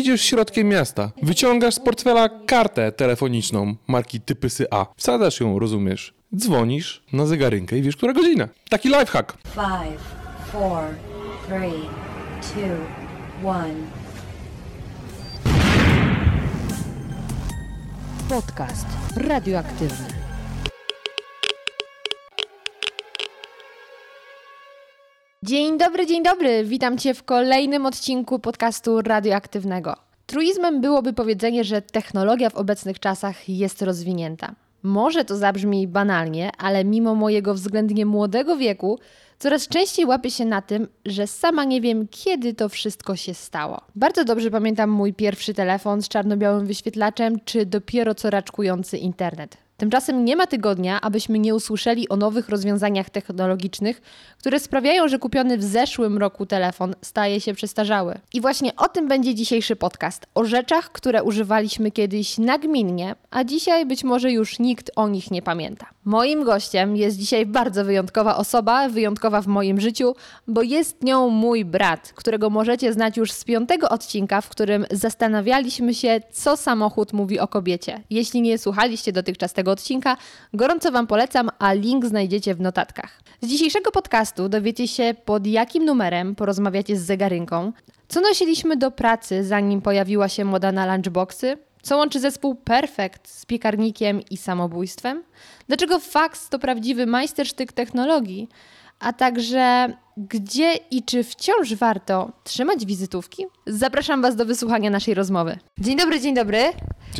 Idziesz środkiem miasta, wyciągasz z portfela kartę telefoniczną marki Typysy A. Wsadzasz ją, rozumiesz? Dzwonisz na zegarynkę i wiesz, która godzina. Taki lifehack. 5, 4, 3, 2, 1. Podcast radioaktywny. Dzień dobry. Witam Cię w kolejnym odcinku podcastu radioaktywnego. Truizmem byłoby powiedzenie, że technologia w obecnych czasach jest rozwinięta. Może to zabrzmi banalnie, ale mimo mojego względnie młodego wieku coraz częściej łapię się na tym, że sama nie wiem, kiedy to wszystko się stało. Bardzo dobrze pamiętam mój pierwszy telefon z czarno-białym wyświetlaczem, czy dopiero co raczkujący internet. Tymczasem nie ma tygodnia, abyśmy nie usłyszeli o nowych rozwiązaniach technologicznych, które sprawiają, że kupiony w zeszłym roku telefon staje się przestarzały. I właśnie o tym będzie dzisiejszy podcast. O rzeczach, które używaliśmy kiedyś nagminnie, a dzisiaj być może już nikt o nich nie pamięta. Moim gościem jest dzisiaj bardzo wyjątkowa osoba, wyjątkowa w moim życiu, bo jest nią mój brat, którego możecie znać już z 5. odcinka, w którym zastanawialiśmy się, co samochód mówi o kobiecie. Jeśli nie słuchaliście dotychczas tego odcinka, gorąco Wam polecam, a link znajdziecie w notatkach. Z dzisiejszego podcastu dowiecie się, pod jakim numerem porozmawiacie z zegarynką, co nosiliśmy do pracy, zanim pojawiła się moda na lunchboxy, co łączy zespół Perfect z piekarnikiem i samobójstwem, dlaczego faks to prawdziwy majstersztyk technologii, a także gdzie i czy wciąż warto trzymać wizytówki? Zapraszam Was do wysłuchania naszej rozmowy. Dzień dobry. Dzień dobry.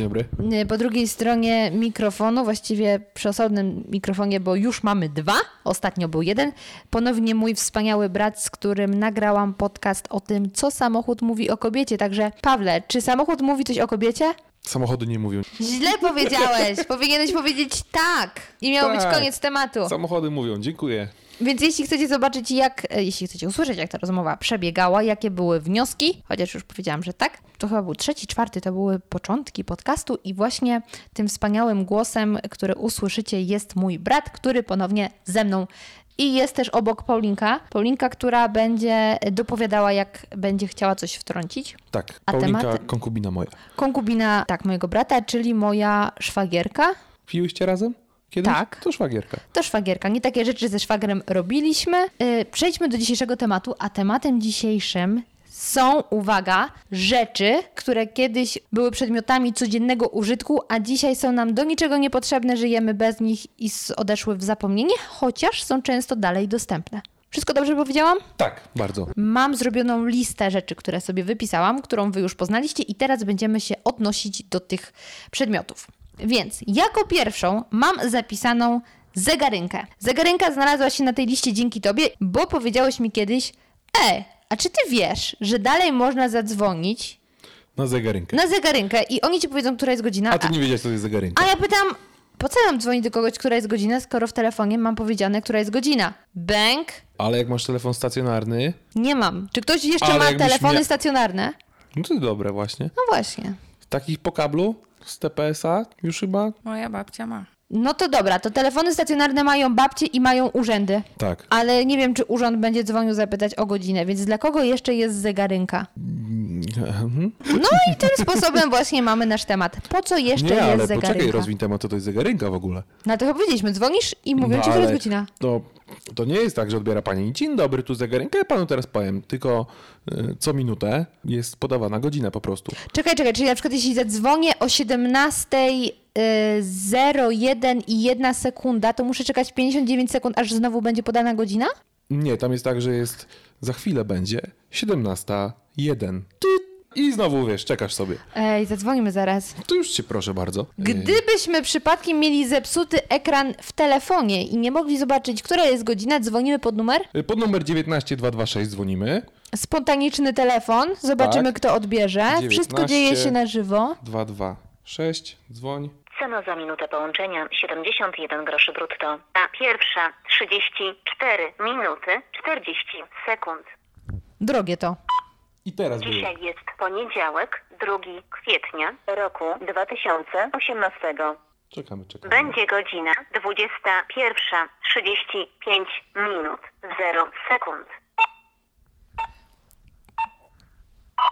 Po drugiej stronie mikrofonu, właściwie przy osobnym mikrofonie, bo już mamy 2, ostatnio był 1, ponownie mój wspaniały brat, z którym nagrałam podcast o tym, co samochód mówi o kobiecie. Także Pawle, czy samochód mówi coś o kobiecie? Samochody nie mówią. Źle powiedziałeś, powinieneś powiedzieć tak i miał być koniec tematu. Samochody mówią, dziękuję. Więc jeśli chcecie zobaczyć, jeśli chcecie usłyszeć, jak ta rozmowa przebiegała, jakie były wnioski, chociaż już powiedziałam, że tak, to chyba był 3., 4., to były początki podcastu i właśnie tym wspaniałym głosem, który usłyszycie, jest mój brat, który ponownie ze mną. I jest też obok Paulinka, która będzie dopowiadała, jak będzie chciała coś wtrącić. Tak, Paulinka, konkubina moja. Konkubina, tak, mojego brata, czyli moja szwagierka. Piłyście razem? Kiedyś? Tak. To szwagierka. Nie takie rzeczy ze szwagrem robiliśmy. Przejdźmy do dzisiejszego tematu, a tematem dzisiejszym są, uwaga, rzeczy, które kiedyś były przedmiotami codziennego użytku, a dzisiaj są nam do niczego niepotrzebne, żyjemy bez nich i odeszły w zapomnienie, chociaż są często dalej dostępne. Wszystko dobrze powiedziałam? Tak, bardzo. Mam zrobioną listę rzeczy, które sobie wypisałam, którą wy już poznaliście i teraz będziemy się odnosić do tych przedmiotów. Więc jako pierwszą mam zapisaną zegarynkę. Zegarynka znalazła się na tej liście dzięki tobie, bo powiedziałeś mi kiedyś, a czy ty wiesz, że dalej można zadzwonić na zegarynkę i oni ci powiedzą, która jest godzina. A ty nie wiedziałeś, co to jest zegarynka. A ja pytam, po co mam dzwonić do kogoś, która jest godzina, skoro w telefonie mam powiedziane, która jest godzina? Bęk. Ale jak masz telefon stacjonarny? Nie mam. Czy ktoś jeszcze ma telefony stacjonarne? No to dobre właśnie. No właśnie. Takich po kablu? Z TPS-a już chyba? Moja babcia ma. No to dobra, to telefony stacjonarne mają babcie i mają urzędy. Tak. Ale nie wiem, czy urząd będzie dzwonił zapytać o godzinę, więc dla kogo jeszcze jest zegarynka? No i tym sposobem właśnie mamy nasz temat. Po co jeszcze jest zegarynka? Nie, ale poczekaj, rozwiń temat, co to jest zegarynka w ogóle. No to chyba powiedzieliśmy, dzwonisz i mówią ci, która jest godzina. To nie jest tak, że odbiera pani, dzień dobry, tu zegarynka, ja panu teraz powiem, tylko co minutę jest podawana godzina po prostu. Czekaj, czyli na przykład jeśli zadzwonię o 17:01 i 1 sekunda, to muszę czekać 59 sekund, aż znowu będzie podana godzina? Nie, tam jest tak, że za chwilę będzie 17:01. I znowu, czekasz sobie. Zadzwonimy zaraz. To już cię proszę bardzo. Gdybyśmy przypadkiem mieli zepsuty ekran w telefonie i nie mogli zobaczyć, która jest godzina, dzwonimy pod numer? Pod numer 19226 dzwonimy. Spontaniczny telefon. Zobaczymy, kto odbierze. 19, Wszystko dzieje się na żywo. 226, dzwoń. Cena za minutę połączenia 71 groszy brutto. A pierwsza 34 minuty 40 sekund. Drogie to. I teraz Dzisiaj jest poniedziałek, 2 kwietnia roku 2018. Czekamy. Będzie godzina 21:35 minut 0 sekund.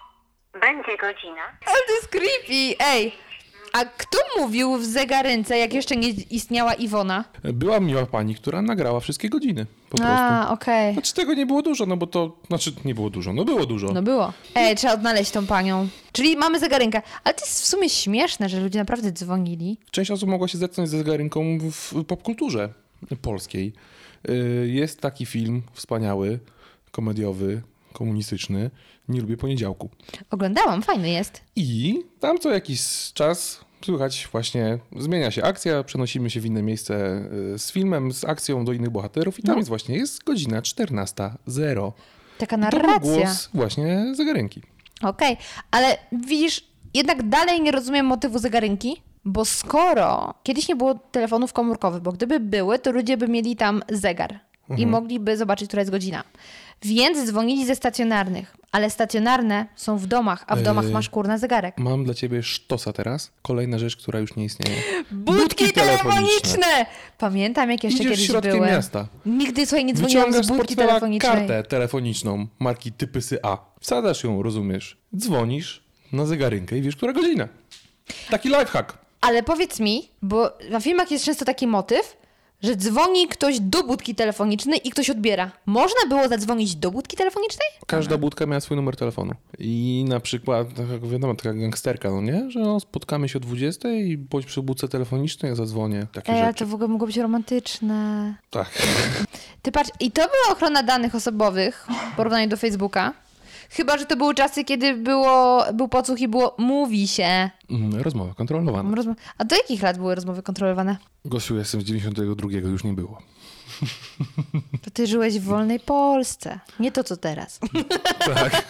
Będzie godzina. Ale to jest creepy, ej! A kto mówił w zegarynce, jak jeszcze nie istniała Iwona? Była miła pani, która nagrała wszystkie godziny. Po prostu. A, okej. Znaczy tego nie było dużo, no bo to... Znaczy nie było dużo, no było dużo. No było. Ej, trzeba odnaleźć tą panią. Czyli mamy zegarynkę. Ale to jest w sumie śmieszne, że ludzie naprawdę dzwonili. Część osób mogła się zetknąć ze zegarynką w popkulturze polskiej. Jest taki film wspaniały, komediowy, komunistyczny. Nie lubię poniedziałku. Oglądałam, fajny jest. I tam co jakiś czas słychać właśnie, zmienia się akcja, przenosimy się w inne miejsce z filmem, z akcją do innych bohaterów i tam jest właśnie, jest godzina 14:00. Taka To był narracja. głos właśnie zegarynki. Okej, ale widzisz, jednak dalej nie rozumiem motywu zegarynki, bo skoro kiedyś nie było telefonów komórkowych, bo gdyby były, to ludzie by mieli tam zegar i mogliby zobaczyć, która jest godzina. Więc dzwonili ze stacjonarnych, ale stacjonarne są w domach, a w domach masz kurna zegarek. Mam dla ciebie sztosa teraz. Kolejna rzecz, która już nie istnieje. Budki telefoniczne! Pamiętam, jak jeszcze Idziesz kiedyś środkiem były. miasta. Nigdy sobie nie dzwoniłam Wyciągasz z z budki portfela telefonicznej. kartę telefoniczną marki Typysy A. Wsadzasz ją, rozumiesz? Dzwonisz na zegarynkę i wiesz, która godzina. Taki lifehack. Ale powiedz mi, bo na filmach jest często taki motyw, że dzwoni ktoś do budki telefonicznej i ktoś odbiera. Można było zadzwonić do budki telefonicznej? Każda budka miała swój numer telefonu. I na przykład, tak jak wiadomo, taka gangsterka, no nie? Że no, spotkamy się o 20 i bądź przy budce telefonicznej, ja zadzwonię. Takie rzeczy. To w ogóle mogło być romantyczne. Tak. Ty patrz, i to była ochrona danych osobowych w porównaniu do Facebooka. Chyba, że to były czasy, kiedy był podsłuch i było mówi się. Rozmowa kontrolowana. A do jakich lat były rozmowy kontrolowane? Gosiu, jestem z 92, już nie było. To ty żyłeś w wolnej Polsce. Nie to, co teraz. Tak.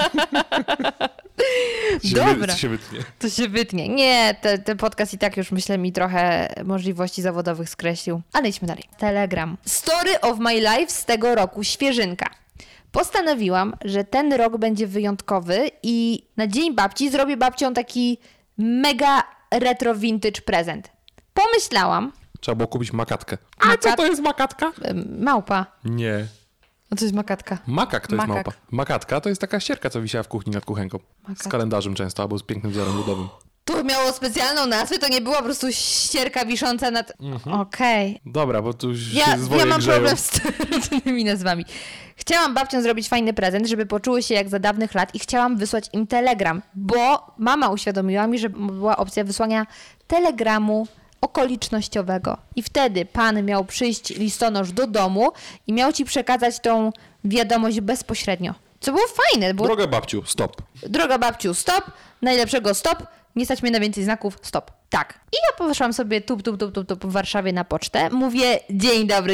Dobra. Się wytnie. To się wytnie. Nie, ten podcast i tak już myślę mi trochę możliwości zawodowych skreślił. Ale idźmy dalej. Telegram. Story of my life z tego roku. Świeżynka. Postanowiłam, że ten rok będzie wyjątkowy i na Dzień Babci zrobię babcią taki mega retro vintage prezent. Pomyślałam. Trzeba było kupić makatkę. A co to jest makatka? Małpa. Nie. No to jest makatka. Makak to jest Makak. małpa. Makatka to jest taka ścierka, co wisiała w kuchni nad kuchenką. Z kalendarzem często, albo z pięknym wzorem ludowym. To miało specjalną nazwę, to nie była po prostu ścierka wisząca nad... Okej. Dobra, bo tu już Ja się zwoje mam grzeją. problem z tymi nazwami. Chciałam babciom zrobić fajny prezent, żeby poczuły się jak za dawnych lat i chciałam wysłać im telegram, bo mama uświadomiła mi, że była opcja wysłania telegramu okolicznościowego. I wtedy pan miał przyjść listonosz do domu i miał ci przekazać tą wiadomość bezpośrednio. Co było fajne. Było... Droga babciu, stop. Droga babciu, stop. Najlepszego stop. Nie stać mnie na więcej znaków, stop. Tak. I ja poszłam sobie tup w Warszawie na pocztę. Mówię, dzień dobry,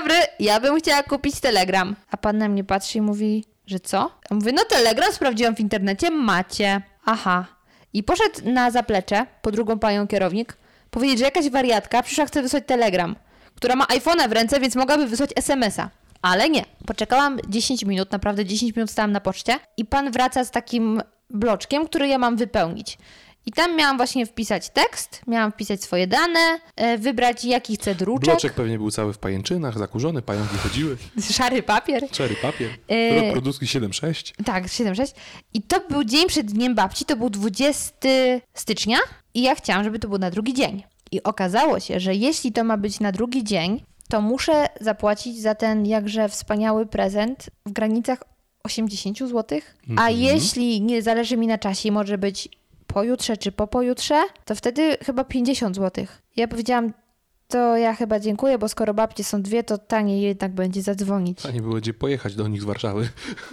ja bym chciała kupić telegram. A pan na mnie patrzy i mówi, że co? A mówię, no telegram sprawdziłam w internecie, macie. Aha. I poszedł na zaplecze, po drugą panią kierownik, powiedzieć, że jakaś wariatka przyszła, chce wysłać telegram, która ma iPhone'a w ręce, więc mogłaby wysłać SMS-a. Ale nie. Poczekałam 10 minut, naprawdę 10 minut stałam na poczcie i pan wraca z takim bloczkiem, który ja mam wypełnić. I tam miałam właśnie wpisać tekst, miałam wpisać swoje dane, wybrać jaki chcę druczek. Bloczek pewnie był cały w pajęczynach, zakurzony, pająki chodziły. Szary papier. Czary papier. Rok produkcji 7.6. Tak, 7-6. I to był dzień przed Dniem Babci, to był 20 stycznia i ja chciałam, żeby to był na drugi dzień. I okazało się, że jeśli to ma być na drugi dzień, to muszę zapłacić za ten jakże wspaniały prezent w granicach 80 zł. A jeśli nie zależy mi na czasie, może być pojutrze czy po pojutrze, to wtedy chyba 50 zł. Ja powiedziałam, to ja chyba dziękuję, bo skoro babcie są dwie, to taniej jednak będzie zadzwonić. A nie było gdzie pojechać do nich z Warszawy.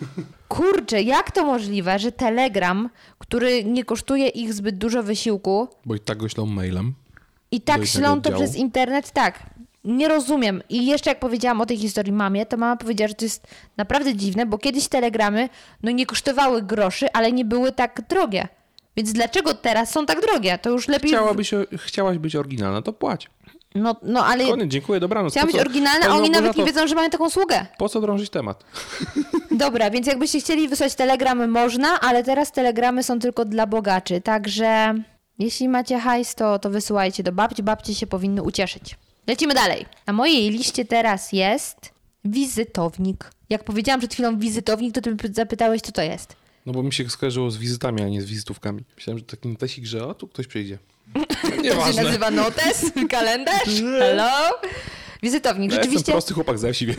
Kurczę, jak to możliwe, że telegram, który nie kosztuje ich zbyt dużo wysiłku Bo i tak go ślą mailem. i tak Do ślą innego to oddziału. przez internet, tak. Nie rozumiem. I jeszcze jak powiedziałam o tej historii mamie, to mama powiedziała, że to jest naprawdę dziwne, bo kiedyś telegramy no nie kosztowały groszy, ale nie były tak drogie. Więc dlaczego teraz są tak drogie? To już lepiej... Chciałaś być oryginalna, to płać. No ale Koniec, dziękuję, dobranoc. chciałam Po być co- oryginalna, a Pani oni nawet nie Małgorzato, wiedzą, że mamy taką usługę. Po co drążyć temat? Dobra, więc jakbyście chcieli wysłać telegramy, można, ale teraz telegramy są tylko dla bogaczy. Także jeśli macie hajs, to wysyłajcie do babci. Babcie się powinny ucieszyć. Lecimy dalej. Na mojej liście teraz jest wizytownik. Jak powiedziałam przed chwilą wizytownik, to ty zapytałeś, co to jest. No bo mi się skojarzyło z wizytami, a nie z wizytówkami. Myślałem, że taki notesik, że o, tu ktoś przyjdzie. To się Nieważne. nazywa notes, kalendarz, hello. Wizytownik, Ja jestem rzeczywiście. prosty chłopak ze wsi, wiesz.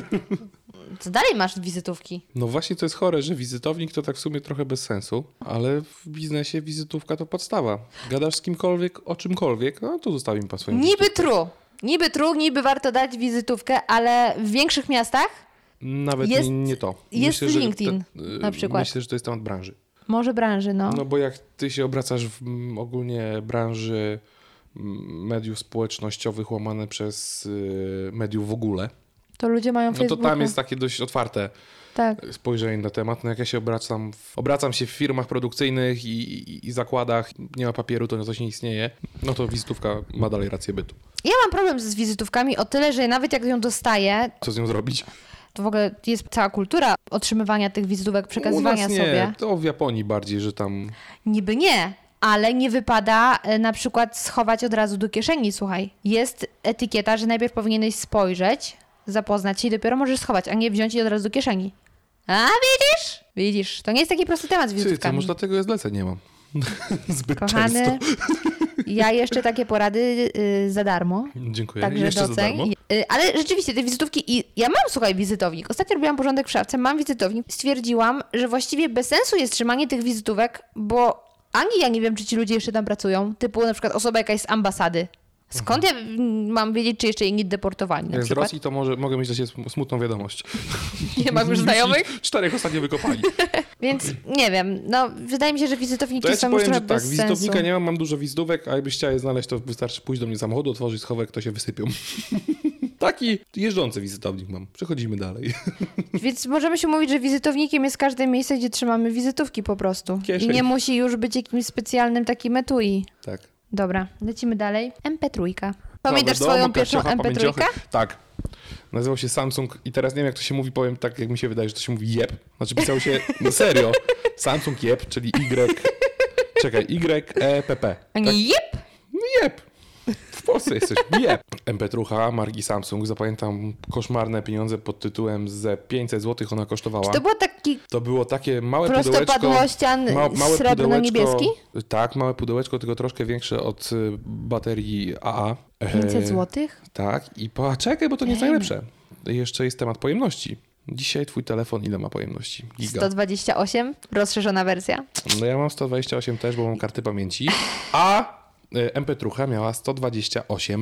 Co dalej masz wizytówki? No właśnie to jest chore, że wizytownik to tak w sumie trochę bez sensu, ale w biznesie wizytówka to podstawa. Gadasz z kimkolwiek o czymkolwiek, no to zostawi mi pan swoją Niby true, niby warto dać wizytówkę, ale w większych miastach Nawet jest- nie to. jest że LinkedIn na przykład. Myślę, że to jest temat branży. może branży, no. No bo jak ty się obracasz w ogólnie branży mediów społecznościowych łamane przez mediów w ogóle, To ludzie mają no to Facebooka. tam jest takie dość otwarte Tak. spojrzenie na temat. No jak ja się obracam się w firmach produkcyjnych i zakładach, nie ma papieru, to coś nie istnieje, no to wizytówka ma dalej rację bytu. Ja mam problem z wizytówkami o tyle, że nawet jak ją dostaję, Co z nią zrobić? to w ogóle jest cała kultura otrzymywania tych wizytówek, przekazywania U nas nie, sobie. to w Japonii bardziej, że tam... Niby nie, ale nie wypada na przykład schować od razu do kieszeni, słuchaj. Jest etykieta, że najpierw powinieneś spojrzeć, zapoznać się i dopiero możesz schować, a nie wziąć i od razu do kieszeni. A widzisz? Widzisz, to nie jest taki prosty temat z Ty, wizytówkami. może dlatego ja zleceń nie mam. Zbyt Kochany, często. ja jeszcze takie porady za darmo. Dziękuję. Także Jeszcze za doceń. darmo. Ale rzeczywiście te wizytówki ja mam, słuchaj, wizytownik. Ostatnio robiłam porządek w szafce, mam wizytownik. Stwierdziłam, że właściwie bez sensu jest trzymanie tych wizytówek, bo ani ja nie wiem, czy ci ludzie jeszcze tam pracują. Typu na przykład osoba jakaś z ambasady. Skąd ja mam wiedzieć, czy jeszcze jej nie deportowali na Jak z przykład? Rosji, to mogę mieć dla ciebie smutną wiadomość. Nie mam już znajomych? 4 ostatnio wykopali. Więc nie wiem, no wydaje mi się, że To wizytowniki ja ci są już powiem, trochę że tak, bez wizytownika sensu. nie mam dużo wizytówek, a jakbyś chciał je znaleźć, to wystarczy pójść do mnie samochodu, otworzyć schowek, to się wysypią. Taki jeżdżący wizytownik mam. Przechodzimy dalej. Więc możemy się mówić, że wizytownikiem jest każde miejsce, gdzie trzymamy wizytówki po prostu. Kieszeń. I nie musi już być jakimś specjalnym takim etui. Tak. Dobra, lecimy dalej. MP3. Pamiętasz Nowy swoją dom, pierwszą karciocha, MP3? pamięciochy. Tak. Nazywał się Samsung i teraz nie wiem, jak to się mówi, powiem tak, jak mi się wydaje, że to się mówi JEP. Znaczy pisało się, no serio, Samsung JEP, czyli Y-E-P-P. A nie jep? No JEP. W Polsce jesteś. JEP. MP3 marki Samsung. Zapamiętam koszmarne pieniądze pod tytułem ze 500 zł ona kosztowała. To był taki To było takie małe pudełeczko. prostopadłościan srebrno-niebieski? Tak, małe pudełeczko, tylko troszkę większe od baterii AA. 500 zł? Tak, i poczekaj, bo to nie jest najlepsze. Jeszcze jest temat pojemności. Dzisiaj twój telefon ile ma pojemności? Giga. 128? Rozszerzona wersja. No ja mam 128 też, bo mam karty pamięci. A MP3 miała 128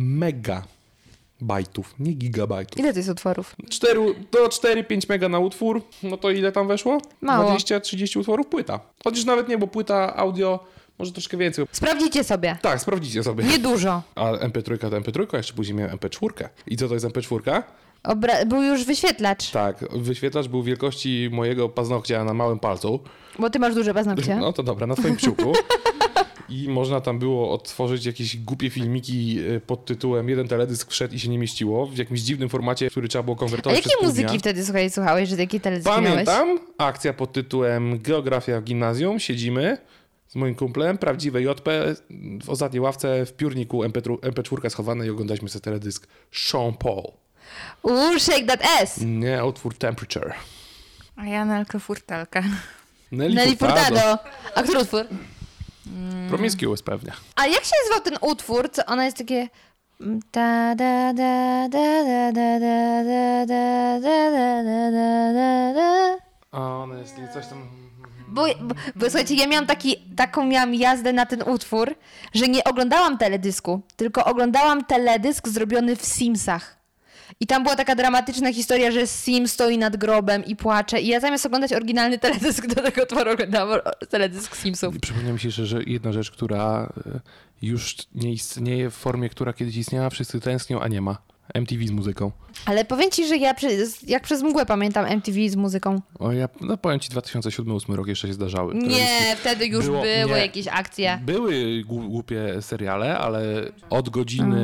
megabajtów, nie gigabajtów. Ile to jest utworów? 4-5 mega na utwór, no to ile tam weszło? Mało. 20-30 utworów płyta. Chociaż nawet nie, bo płyta audio może troszkę więcej. Sprawdzicie sobie. Tak, sprawdzicie sobie. Niedużo. A MP3 to MP3, a jeszcze później miałem MP4. I co to jest MP4? Był już wyświetlacz, Tak, wyświetlacz był wielkości mojego paznokcia na małym palcu. bo ty masz duże paznokcie. No to dobra, na twoim kciuku. I można tam było odtworzyć jakieś głupie filmiki pod tytułem jeden teledysk wszedł i się nie mieściło w jakimś dziwnym formacie, który trzeba było A konwertować jakie przez pół muzyki dnia. wtedy słuchałeś, że takie teledyski miałeś? Pamiętam, akcja pod tytułem Geografia w gimnazjum, siedzimy z moim kumplem, prawdziwe JP, w ostatniej ławce w piórniku MP4 schowane i oglądaliśmy sobie teledysk Sean Paul. Shake that ass! Nie, utwór Temperature. A ja Nelkę Furtalkę. Nelly Furtado. A który utwór? Promiscuous pewnie. A jak się nazywał ten utwór, co ona jest takie... Da, da, da, da, da, da, da, da, da, da, da, da, da. A ona jest coś tam... Bo słuchajcie, ja miałam taką miałam jazdę na ten utwór, że nie oglądałam teledysku, tylko oglądałam teledysk zrobiony w Simsach. I tam była taka dramatyczna historia, że Sim stoi nad grobem i płacze. I ja zamiast oglądać oryginalny teledysk do tego utworu, oglądałam teledysk Simsów. Przypomniała mi się, że jedna rzecz, która już nie istnieje w formie, która kiedyś istniała, wszyscy tęsknią, a nie ma. MTV z muzyką. Ale powiem ci, że ja jak przez mgłę pamiętam MTV z muzyką. Powiem ci, 2007-2008 rok jeszcze się zdarzały. Nie, wtedy już były jakieś akcje. Były głupie seriale, ale od godziny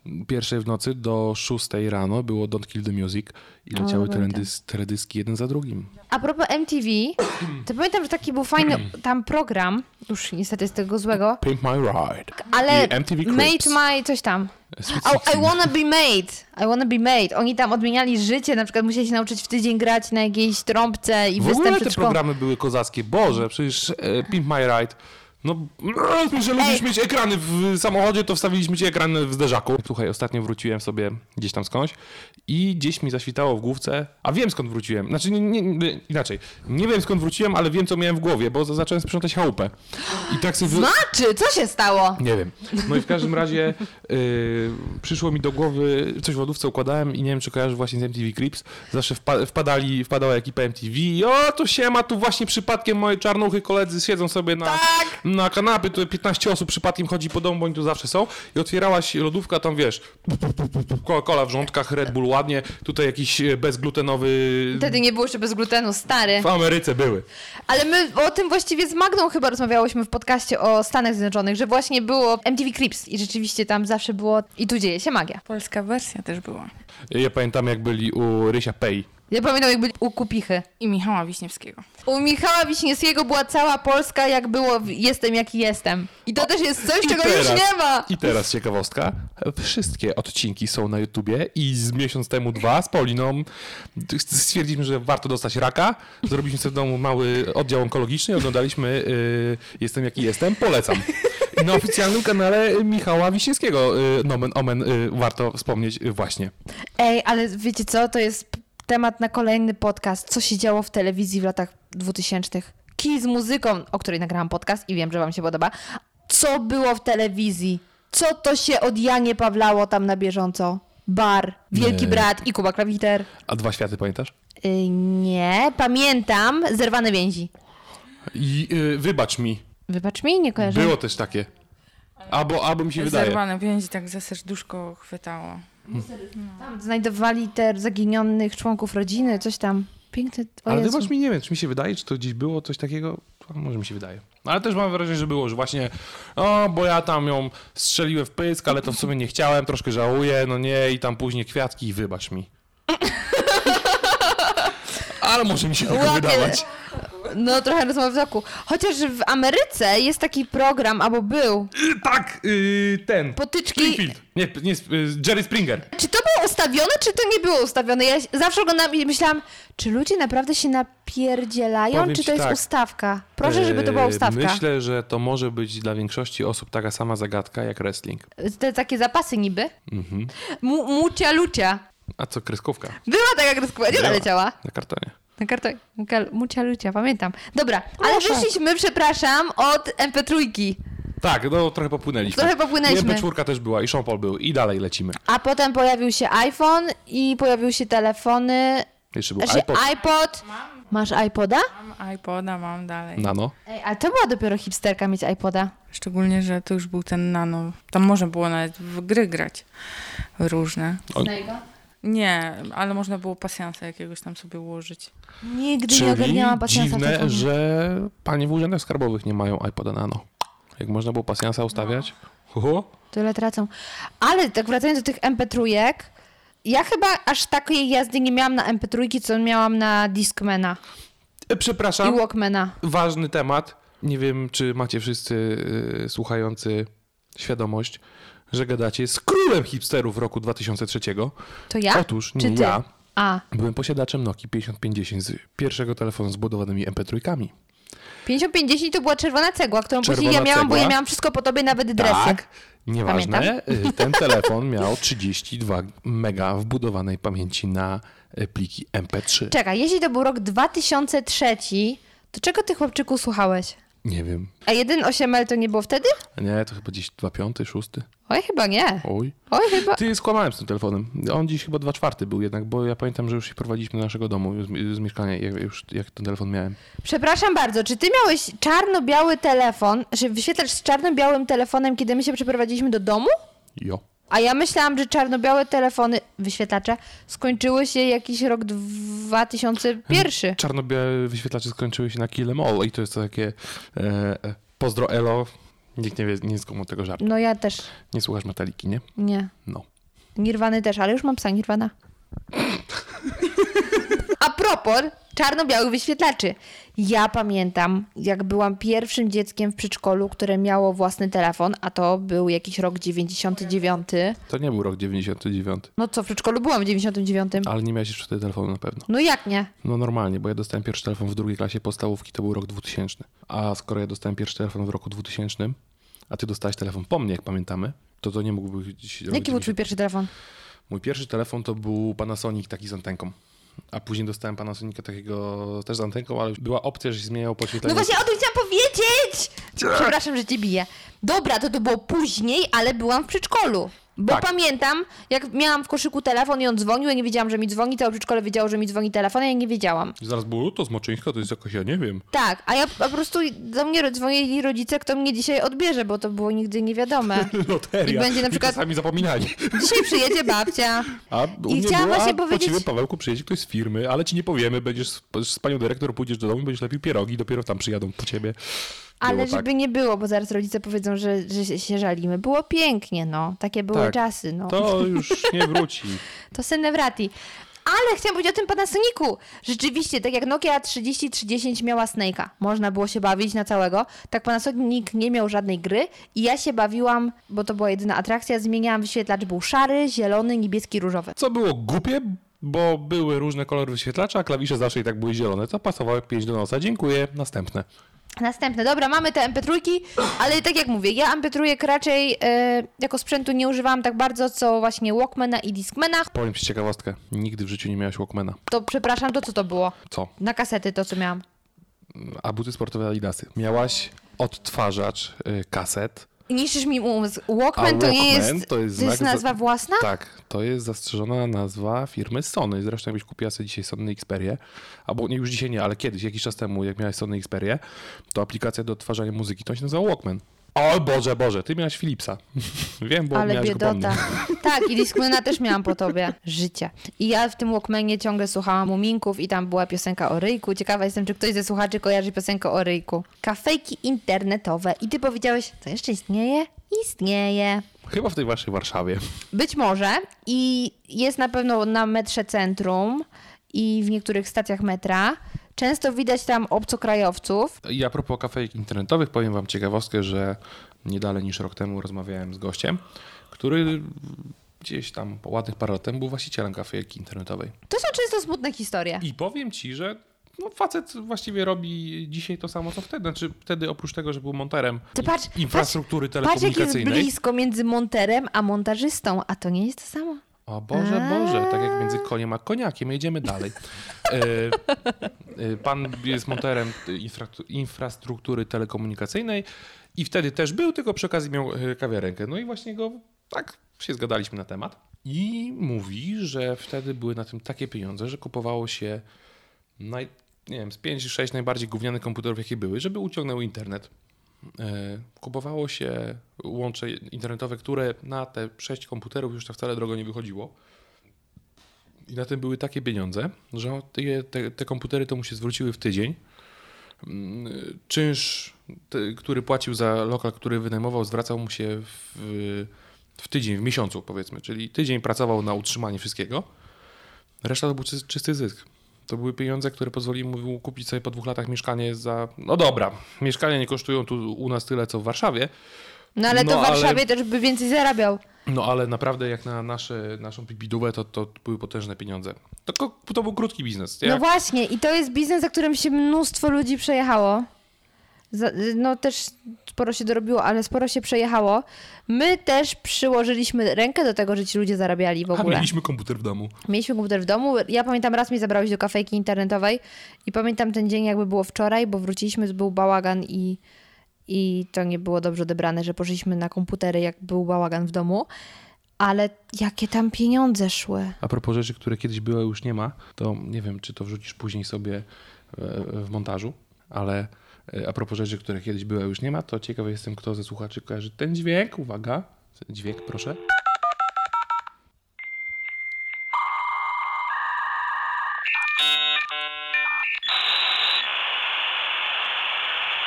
1:00 w nocy do 6:00 rano było Don't Kill the Music i leciały teledyski jeden za drugim. A propos MTV, to pamiętam, że taki był fajny tam program, już niestety z tego złego, Pimp My Ride. ale I MTV Cribs. Made My coś tam. Sweet I 16. wanna be made. Oni tam odmieniali życie, na przykład musieli się nauczyć w tydzień grać na jakiejś trąbce i W występ ogóle przed te szkołą. programy były kozackie. Boże, przecież Pimp My Ride. No, że lubisz mieć ekrany w samochodzie, to wstawiliśmy ci ekran w zderzaku. Słuchaj, ostatnio wróciłem sobie gdzieś tam skądś i gdzieś mi zaświtało w główce, a wiem skąd wróciłem. Znaczy, inaczej. Nie wiem skąd wróciłem, ale wiem co miałem w głowie, bo zacząłem sprzątać chałupę. I tak sobie... Znaczy, co się stało? Nie wiem. No i w każdym razie przyszło mi do głowy, coś w lodówce układałem i nie wiem, czy kojarzysz właśnie z MTV Cribs. Zawsze wpadała ekipa MTV i to siema, tu właśnie przypadkiem moje czarnuchy koledzy siedzą sobie na kanapie, tu 15 osób przypadkiem chodzi po domu, bo oni tu zawsze są i otwierałaś lodówka, tam wiesz, Coca-Cola w rządkach, Red Bull ładnie, tutaj jakiś bezglutenowy... Wtedy nie było jeszcze bez glutenu, stary. W Ameryce były. Ale my o tym właściwie z Magdą chyba rozmawiałyśmy w podcaście o Stanach Zjednoczonych, że właśnie było MTV Cribs i rzeczywiście tam zawsze było i tu dzieje się magia. Polska wersja też była. Ja pamiętam jak byli u Rysia Pej. Ja pamiętam, jak byli u Kupichy. I Michała Wiśniewskiego. U Michała Wiśniewskiego była cała Polska, jak było Jestem jaki jestem. I to też jest coś, czego już nie ma. I teraz ciekawostka. Wszystkie odcinki są na YouTubie i z miesiąc temu 2 z Pauliną stwierdziliśmy, że warto dostać raka. Zrobiliśmy sobie w domu mały oddział onkologiczny i oglądaliśmy Jestem jaki jestem. Polecam. Na oficjalnym kanale Michała Wiśniewskiego. Nomen omen warto wspomnieć właśnie. Ej, ale wiecie co? To jest temat na kolejny podcast. Co się działo w telewizji w latach 2000? Kij z muzyką, o której nagrałam podcast i wiem, że wam się podoba. Co było w telewizji? Co to się od Janie Pawlało tam na bieżąco? Bar, Wielki Brat i Kuba Klawiter. A 2 światy pamiętasz? Nie, pamiętam. Zerwane więzi. I wybacz mi. Wybacz mi, nie kojarzę. Było też takie. Albo mi się wydaje. Zerwane więzi tak za serduszko chwytało. Tam znajdowali te zaginionych członków rodziny, coś tam. Piękne. Ale wybacz mi, nie wiem, czy mi się wydaje, czy to gdzieś było coś takiego. Może mi się wydaje. Ale też mam wrażenie, że było, że właśnie bo ja tam ją strzeliłem w pysk, ale to w sumie nie chciałem, troszkę żałuję, no nie, i tam później kwiatki i wybacz mi. Ale może mi się tylko wydawać. No trochę rozmowy w toku. Chociaż w Ameryce jest taki program, albo był. Tak, ten. Potyczki. Springfield. Nie, Jerry Springer. Czy to było ustawione, czy to nie było ustawione? Ja zawsze oglądam i myślałam, czy ludzie naprawdę się napierdzielają, Powiem czy ci to jest tak. ustawka? Proszę, żeby to była ustawka. Myślę, że to może być dla większości osób taka sama zagadka jak wrestling. Te takie zapasy niby. Mhm. Mucia lucia. A co, kreskówka? Była taka kreskówka, gdzie ona Była. leciała? Na kartonie. Na kartonie. Mucia lucia, pamiętam. Dobra, ale wyszliśmy, przepraszam, od MP3. Tak, no trochę popłynęliśmy. Trochę popłynęliśmy. I MP4 też była, i Sean Paul był, i dalej lecimy. A potem pojawił się iPhone i pojawiły się telefony. Jeszcze był Znaczy iPod. Masz iPoda? Mam iPoda, mam dalej. Nano. Ej, ale to była dopiero hipsterka mieć iPoda. Szczególnie, że to już był ten nano. Tam można było nawet w gry grać różne. Nie, ale można było pasjansa jakiegoś tam sobie ułożyć. Nigdy nie Czyli ogarniałam pasjansa w dziwne, telefonie. że panie w urzędach skarbowych nie mają iPoda Nano. Jak można było pasjansa ustawiać? Tyle tracą. Ale tak wracając do tych MP3, ja chyba aż takiej jazdy nie miałam na MP3, co miałam na Discmana i Przepraszam, Walkmana. ważny temat. Nie wiem, czy macie wszyscy słuchający świadomość, że gadacie z królem hipsterów roku 2003. To ja? Otóż Czy nie ty? ja. A, Byłem posiadaczem Nokii 5510 z pierwszego telefonu z budowanymi MP3. 5510 to była czerwona cegła, którą później ja Czerwona miałam, bo ja cegła. miałam wszystko po tobie, nawet dresy. Tak, nieważne. Pamiętam. Ten telefon miał 32 mega wbudowanej pamięci na pliki MP3. Czekaj, jeśli to był rok 2003, to czego ty, chłopczyku, słuchałeś? Nie wiem. A 1.8L to nie było wtedy? Nie, to chyba gdzieś 2.5, 6. Oj, chyba nie. Oj. Oj, chyba... Ty skłamałem z tym telefonem. On dziś chyba 2.4 był jednak, bo ja pamiętam, że już się prowadziliśmy do naszego domu, z mieszkania, jak ten telefon miałem. Przepraszam bardzo, czy ty miałeś czarno-biały telefon, że wyświetlacz z czarno-białym telefonem, kiedy my się przeprowadziliśmy do domu? Jo. A ja myślałam, że czarno-białe telefony, wyświetlacze, skończyły się jakiś rok 2001. Czarno-białe wyświetlacze skończyły się na Kill 'Em All i to jest to takie pozdro elo. Nikt nie wie, nie jest komu tego żartu. No ja też Nie słuchasz Metaliki, nie? nie. No. Nirwany też, ale już mam psa Nirwana. A propos czarno-białych wyświetlaczy. Ja pamiętam, jak byłam pierwszym dzieckiem w przedszkolu, które miało własny telefon, a to był jakiś rok 99. To nie był rok 99. No co, w przedszkolu byłam w 99. Ale nie miałeś jeszcze wtedy telefonu na pewno. No jak nie? No normalnie, bo ja dostałem pierwszy telefon w 2. klasie podstawówki, to był rok 2000. A skoro ja dostałem pierwszy telefon w roku 2000, a ty dostałeś telefon po mnie, jak pamiętamy, to nie mógłby być... Jaki był twój pierwszy telefon? Mój pierwszy telefon to był Panasonic taki z antenką. A później dostałem Panasonica takiego też z antenką, ale była opcja, że się zmieniało podświetlenie. No właśnie o tym chciałam powiedzieć! Przepraszam, że cię biję. Dobra, to było później, ale byłam w przedszkolu. Bo Tak. pamiętam, jak miałam w koszyku telefon i on dzwonił, ja nie wiedziałam, że mi dzwoni, całe przedszkole wiedziało, że mi dzwoni telefon, a ja nie wiedziałam. Zaraz było, to z Moczyńska to jest jakoś, ja nie wiem. Tak, a ja po prostu do mnie dzwonili rodzice, kto mnie dzisiaj odbierze, bo to było nigdy niewiadome. Loteria. I będzie na przykład- I czasami zapominali. Dzisiaj przyjedzie babcia. A u I mnie chciałam było, właśnie po powiedzieć- ciebie, Pawełku, przyjedzie ktoś z firmy, ale ci nie powiemy, będziesz z panią dyrektor, pójdziesz do domu i będziesz lepił pierogi, dopiero tam przyjadą po ciebie. Ale Było żeby nie było, bo zaraz rodzice powiedzą, że się żalimy. Było pięknie, no. Takie były Tak. czasy, no. To już nie wróci. To se ne wrati. Ale chciałam powiedzieć o tym Panasonicu. Rzeczywiście, tak jak Nokia 3310 miała Snake'a, można było się bawić na całego, tak Panasonic nie miał żadnej gry i ja się bawiłam, bo to była jedyna atrakcja, zmieniałam wyświetlacz, był szary, zielony, niebieski, różowy. Co było głupie, bo były różne kolory wyświetlacza, a klawisze zawsze i tak były zielone. To pasowało jak pięść do nosa. Dziękuję. Następne. Następne. Dobra, mamy te MP3, ale tak jak mówię, ja MP3 raczej jako sprzętu nie używałam tak bardzo, co właśnie Walkmana i Discmana. Powiem ci ciekawostkę. Nigdy w życiu nie miałeś Walkmana. To przepraszam, to co to było? Co? Na kasety to, co miałam. A buty sportowe Adidasy. Miałaś odtwarzacz kaset. Niszczysz mi umysł. Walkman to nie Walkman jest... to jest To jest znak nazwa własna? Tak, to jest zastrzeżona nazwa firmy Sony. Zresztą jakbyś kupiła sobie dzisiaj Sony Xperię, albo nie, już dzisiaj nie, ale kiedyś, jakiś czas temu, jak miałeś Sony Xperię, to aplikacja do odtwarzania muzyki, to się nazywa Walkman. O Boże, ty miałaś Philipsa. Wiem, bo Ale miałaś go po mnie. biedota. Tak, i Discmana też miałam po tobie. Życie. I ja w tym Walkmanie ciągle słuchałam Muminków i tam była piosenka o ryjku. Ciekawa jestem, czy ktoś ze słuchaczy kojarzy piosenkę o ryjku. Kafejki internetowe. I ty powiedziałeś, to jeszcze istnieje? Istnieje. Chyba w tej waszej Warszawie. Być może. I jest na pewno na metrze Centrum i w niektórych stacjach metra. Często widać tam obcokrajowców. I a propos kafejek internetowych, powiem wam ciekawostkę, że nie dalej niż rok temu rozmawiałem z gościem, który gdzieś tam ładnych parę lat temu był właścicielem kafejki internetowej. To są często smutne historie. I powiem ci, że no, facet właściwie robi dzisiaj to samo, co wtedy. Znaczy wtedy oprócz tego, że był monterem To patrz, infrastruktury Patrz, jak jest telekomunikacyjnej. blisko między monterem a montażystą, a to nie jest to samo. O Boże, tak jak między koniem a koniakiem. Jedziemy dalej. Pan jest monterem infrastruktury telekomunikacyjnej i wtedy też był, tylko przy okazji miał kawiarenkę. No i właśnie go tak się zgadaliśmy na temat. I mówi, że wtedy były na tym takie pieniądze, że kupowało się nie wiem, z 5-6 najbardziej gównianych komputerów, jakie były, żeby uciągnęły internet. Kupowało się łącze internetowe, które na te 6 komputerów już tak wcale drogo nie wychodziło. I na tym były takie pieniądze, że te komputery to mu się zwróciły w tydzień. Czynsz, który płacił za lokal, który wynajmował, zwracał mu się w tydzień, w miesiącu powiedzmy. Czyli tydzień pracował na utrzymanie wszystkiego. Reszta to był czysty zysk. To były pieniądze, które pozwoliły mu kupić sobie po 2 latach mieszkanie za... No dobra, mieszkania nie kosztują tu u nas tyle, co w Warszawie. No ale to w ale- Warszawie też by więcej zarabiał. No ale naprawdę jak na naszą pipidówę, to były potężne pieniądze. To był krótki biznes. No właśnie i to jest biznes, za którym się mnóstwo ludzi przejechało. No też sporo się dorobiło, ale sporo się przejechało. My też przyłożyliśmy rękę do tego, że ci ludzie zarabiali w A ogóle. mieliśmy komputer w domu. Mieliśmy komputer w domu. Ja pamiętam, raz mnie zabrałeś do kafejki internetowej i pamiętam ten dzień, jakby było wczoraj, bo wróciliśmy, był bałagan i to nie było dobrze odebrane, że poszliśmy na komputery, jak był bałagan w domu. Ale jakie tam pieniądze szły. A propos rzeczy, które kiedyś były, już nie ma, to nie wiem, czy to wrzucisz później sobie w montażu, ale a propos rzeczy, które kiedyś były, już nie ma, to ciekawy jestem, kto ze słuchaczy kojarzy ten dźwięk. Uwaga, dźwięk proszę.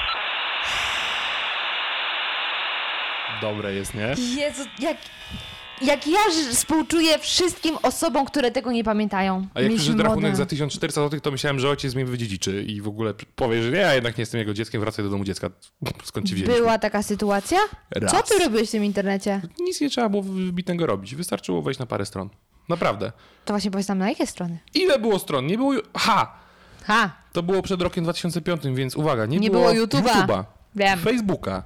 Dobre jest, nie? Jezu, jak... Jak ja współczuję wszystkim osobom, które tego nie pamiętają. A jak Mieliśmy przyszedł rachunek modę. za 1400 zł, to myślałem, że ojciec mnie wydziedziczy i w ogóle powie, że ja jednak nie jestem jego dzieckiem, wracaj do domu dziecka. Skąd ci wzięliśmy? Była taka sytuacja? Raz. Co ty robiłeś w tym internecie? Nic nie trzeba było wybitnego robić. Wystarczyło wejść na parę stron. Naprawdę. To właśnie powiedz nam, na jakie strony? Ile było stron? Nie było... Ha! To było przed rokiem 2005, więc uwaga, nie było YouTube'a. Wiem. Facebooka.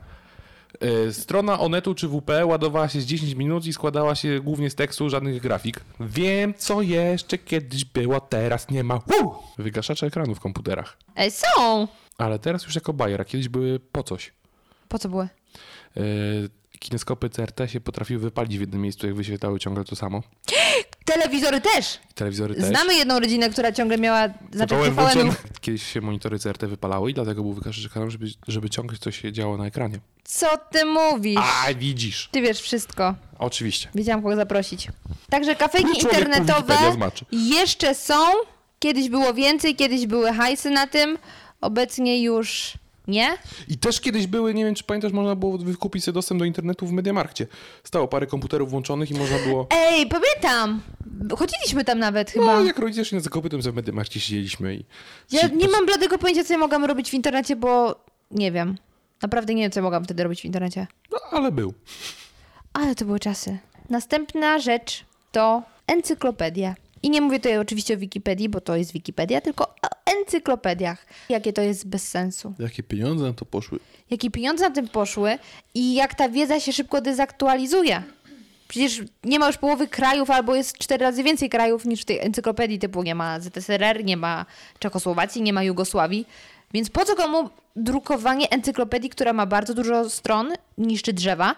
Strona Onetu czy WP ładowała się z 10 minut i składała się głównie z tekstu, żadnych grafik. Wiem, co jeszcze kiedyś było, teraz nie ma. Wygaszacze ekranu w komputerach. Są! Ale teraz już jako bajer, a kiedyś były po coś. Po co były? Kineskopy CRT się potrafiły wypalić w jednym miejscu, jak wyświetlały ciągle to samo. Telewizory też! I telewizory też. Znamy jedną rodzinę, która ciągle miała... Znaczy TVN TVN-u. włączony. Kiedyś się monitory CRT wypalały i dlatego był wygaszacz ekranu, żeby ciągle coś się działo na ekranie. Co ty mówisz? A, widzisz. Ty wiesz wszystko. Oczywiście. Wiedziałam, kogo zaprosić. Także kafejki Człowiek internetowe Wikipedia znaczy. jeszcze są. Kiedyś było więcej, kiedyś były hajsy na tym. Obecnie już nie. I też kiedyś były, nie wiem czy pamiętasz, można było wykupić sobie dostęp do internetu w Mediamarkcie. Stało parę komputerów włączonych i można było... Ej, pamiętam! Chodziliśmy tam nawet chyba. No, jak rodzice szli na zakupy, to w Mediamarkcie siedzieliśmy i... Ja nie mam bladego pojęcia, co ja mogłam robić w internecie, bo nie wiem. Naprawdę nie wiem, co ja mogłam wtedy robić w internecie. No, ale był. Ale to były czasy. Następna rzecz to encyklopedia. I nie mówię tutaj oczywiście o Wikipedii, bo to jest Wikipedia, tylko o encyklopediach. Jakie to jest bez sensu. Jakie pieniądze na to poszły? Jakie pieniądze na tym poszły i jak ta wiedza się szybko dezaktualizuje. Przecież nie ma już połowy krajów, albo jest 4 razy więcej krajów niż w tej encyklopedii, typu nie ma ZSRR, nie ma Czechosłowacji, nie ma Jugosławii. Więc po co komu drukowanie encyklopedii, która ma bardzo dużo stron, niszczy drzewa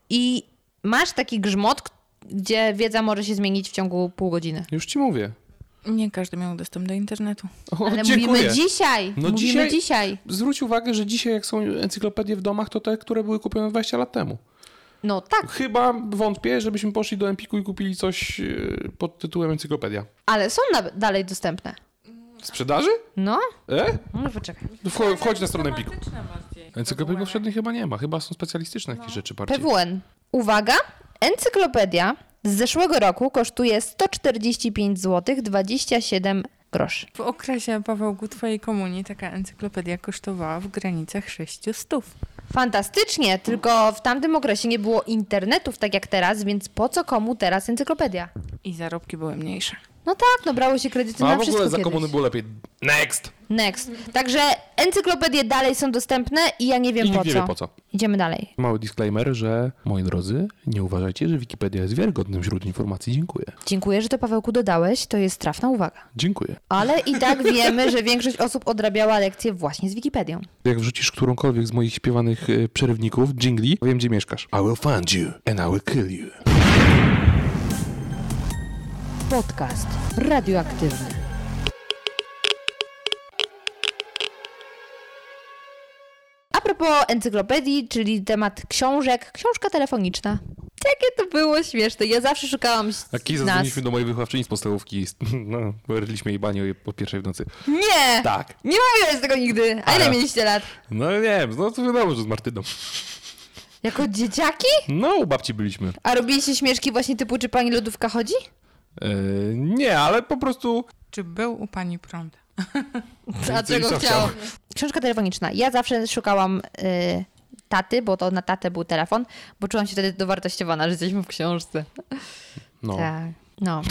i masz taki grzmot, gdzie wiedza może się zmienić w ciągu pół godziny. Już ci mówię. Nie każdy miał dostęp do internetu. O, Ale dziękuję. mówimy dzisiaj. No mówimy dzisiaj. Zwróć uwagę, że dzisiaj jak są encyklopedie w domach, to te, które były kupione 20 lat temu. No tak, Chyba wątpię, żebyśmy poszli do Empiku i kupili coś pod tytułem encyklopedia. ale są dalej dostępne. W sprzedaży? No, E? no poczekaj. Wchodź na stronę Empiku. Bardziej. Encyklopedii powszechnych chyba nie ma. Chyba są specjalistyczne jakieś rzeczy bardziej. PWN. Uwaga, encyklopedia z zeszłego roku kosztuje 145 zł 27 groszy. W okresie, Pawełku, twojej komunii taka encyklopedia kosztowała w granicach 600. Fantastycznie, tylko w tamtym okresie nie było internetów tak jak teraz, więc po co komu teraz encyklopedia? I zarobki były mniejsze. No tak, no brało się kredyty A na w wszystko ogóle za kiedyś. komuny było lepiej. Next! Next. Także encyklopedie dalej są dostępne i ja nie wiem I po nikt nie co. wie po co. Idziemy dalej. Mały disclaimer, że moi drodzy, nie uważajcie, że Wikipedia jest wiarygodnym źródłem informacji. Dziękuję. Dziękuję, że to Pawełku dodałeś, to jest trafna uwaga. Dziękuję. Ale i tak wiemy, że większość osób odrabiała lekcje właśnie z Wikipedią. Jak wrzucisz którąkolwiek z moich śpiewanych przerywników, dżingli, wiem gdzie mieszkasz. I will find you and I will kill you. Podcast radioaktywny. A propos encyklopedii, czyli temat książek, książka telefoniczna. Jakie to było śmieszne. Ja zawsze szukałam Taki nas. zadzwoniliśmy do mojej wychowawczyni z podstawówki. No, ryliśmy jej banią po pierwszej w nocy. Nie! Tak. Nie mówiłeś tego nigdy. A ile Ale- mieliście lat? No nie wiem, no to wiadomo, że z Martyną. Jako dzieciaki? No, u babci byliśmy. A robiliście śmieszki właśnie typu, czy pani lodówka chodzi? Nie, ale po prostu... Czy był u pani prąd? A czego co chciał? Książka telefoniczna. Ja zawsze szukałam taty, bo to na tatę był telefon, bo czułam się wtedy dowartościowana, że jesteśmy w książce. No. Tak, no.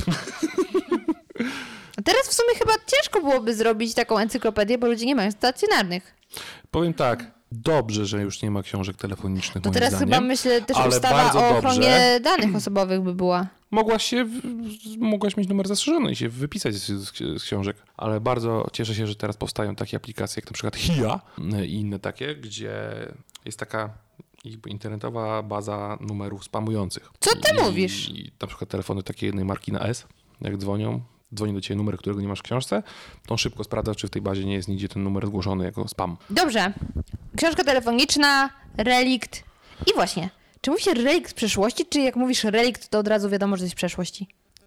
A teraz w sumie chyba ciężko byłoby zrobić taką encyklopedię, bo ludzie nie mają stacjonarnych. Powiem tak, dobrze, że już nie ma książek telefonicznych, To moim teraz zdaniem. chyba myślę też ale ustawa bardzo o dobrze. ochronie danych osobowych by była. Mogłaś mieć numer zastrzeżony i się wypisać z książek, ale bardzo cieszę się, że teraz powstają takie aplikacje jak na przykład HIA i inne takie, gdzie jest taka jakby internetowa baza numerów spamujących. Co ty mówisz? I na przykład telefony takiej jednej marki na S, jak dzwoni do ciebie numer, którego nie masz w książce, to on szybko sprawdza, czy w tej bazie nie jest nigdzie ten numer zgłoszony jako spam. Dobrze. Książka telefoniczna, relikt. I właśnie, czy mówi się relikt z przeszłości, czy jak mówisz relikt, to od razu wiadomo, że to jest z przeszłości?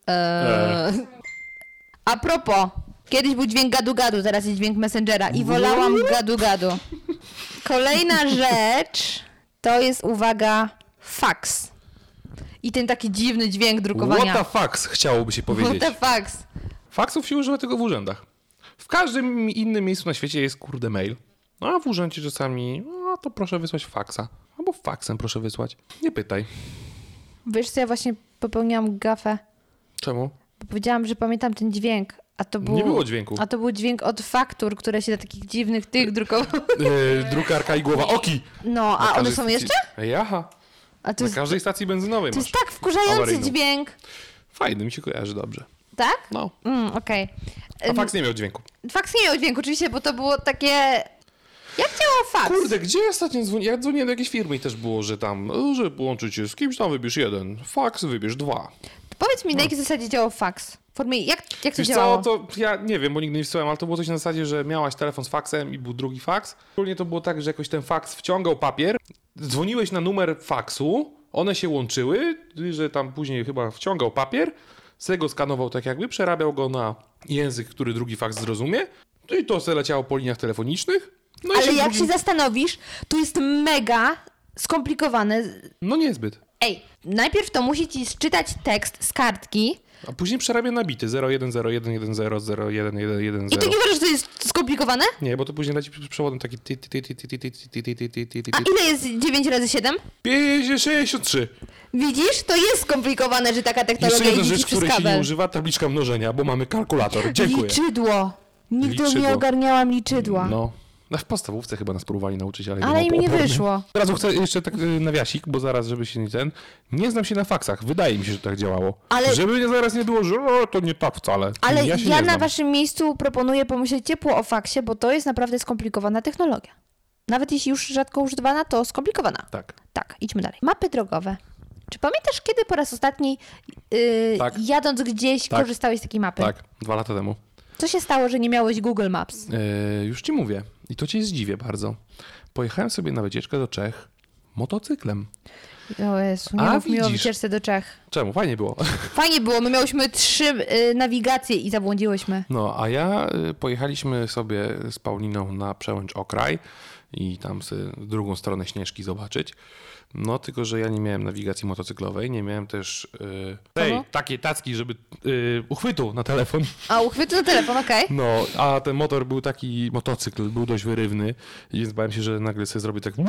A propos, kiedyś był dźwięk gadu-gadu, teraz jest dźwięk Messengera i wolałam gadu-gadu. Kolejna rzecz to jest, uwaga, faks. I ten taki dziwny dźwięk drukowania. What the fax, chciałoby się powiedzieć. What the fax? Faksów się używa tylko w urzędach. W każdym innym miejscu na świecie jest kurde mail. A w urzędzie czasami, to proszę wysłać faksa. Albo faksem proszę wysłać. Nie pytaj. Wiesz co, ja właśnie popełniłam gafę. Czemu? Bo powiedziałam, że pamiętam ten dźwięk. A to był, Nie było dźwięku. A to był dźwięk od faktur, które się na takich dziwnych tych drukowały. Drukarka i głowa oki. No, a one są jeszcze? Jaha. A to Na jest, każdej stacji benzynowej to masz. jest tak wkurzający awaryjną. dźwięk. Fajny, mi się kojarzy dobrze. Tak? No. Okej. A faks nie miał dźwięku. Faks nie miał dźwięku, oczywiście, bo to było takie... Jak działał faks? Kurde, gdzie ostatnio dzwoniłem? Ja dzwoniłem do jakiejś firmy i też było, że tam, że połączyć się z kimś, tam wybierz 1. Faks wybierz 2. Powiedz mi, na jakiej zasadzie działał faks? W formie, jak to Wiesz działało? co, to ja nie wiem, bo nigdy nie wysłałem, ale to było coś na zasadzie, że miałaś telefon z faksem i był drugi faks. Ogólnie to było tak, że jakoś ten faks wciągał papier, dzwoniłeś na numer faksu, one się łączyły, że tam później chyba wciągał papier, se go skanował tak jakby, przerabiał go na język, który drugi faks zrozumie, i to se leciało po liniach telefonicznych. No Ale i jak się zastanowisz, to jest mega skomplikowane. No niezbyt. Ej, najpierw to musi ci sczytać tekst z kartki. A później przerabia na bity 010110011110. I ty nie uważasz, że to jest skomplikowane? Nie, bo to później leci przewodem taki A ile jest 9 razy 7? 63. Widzisz? To jest skomplikowane, że taka Jeszcze technologia jedna idzie rzecz, ci przez której się nie kabel. używa, tabliczka mnożenia, bo mamy kalkulator. Dziękuję. Liczydło. Nigdy Liczydło. nie ogarniałam liczydła. No. W podstawówce chyba nas próbowali nauczyć, ale Ale im nie wyszło. Teraz chcę jeszcze tak nawiasik, bo zaraz, żeby się nie znam się na faksach. Wydaje mi się, że tak działało. Ale- Żeby zaraz nie było, że to nie tak wcale. Ale ja się ja nie na znam. waszym miejscu proponuję pomyśleć ciepło o faksie, bo to jest naprawdę skomplikowana technologia. Nawet jeśli już rzadko używana, to skomplikowana. Tak. Tak, idźmy dalej. Mapy drogowe. Czy pamiętasz, kiedy po raz ostatni Tak. jadąc gdzieś Tak. korzystałeś z takiej mapy? Tak, 2 lata temu. Co się stało, że nie miałeś Google Maps? Już ci mówię. I to cię zdziwię bardzo. Pojechałem sobie na wycieczkę do Czech motocyklem. O Jezu, nie A mów mi o widzisz. wycieczce do Czech. Czemu? Fajnie było. Fajnie było, my miałyśmy 3 nawigacje i zabłądziłyśmy. No, a ja pojechaliśmy sobie z Pauliną na Przełęcz Okraj i tam sobie drugą stronę Śnieżki zobaczyć. No, tylko że ja nie miałem nawigacji motocyklowej, nie miałem też takiej tacki, żeby uchwytu na telefon. A uchwytu na telefon, okej. No, a ten motocykl był dość wyrywny, więc bałem się, że nagle sobie zrobię tak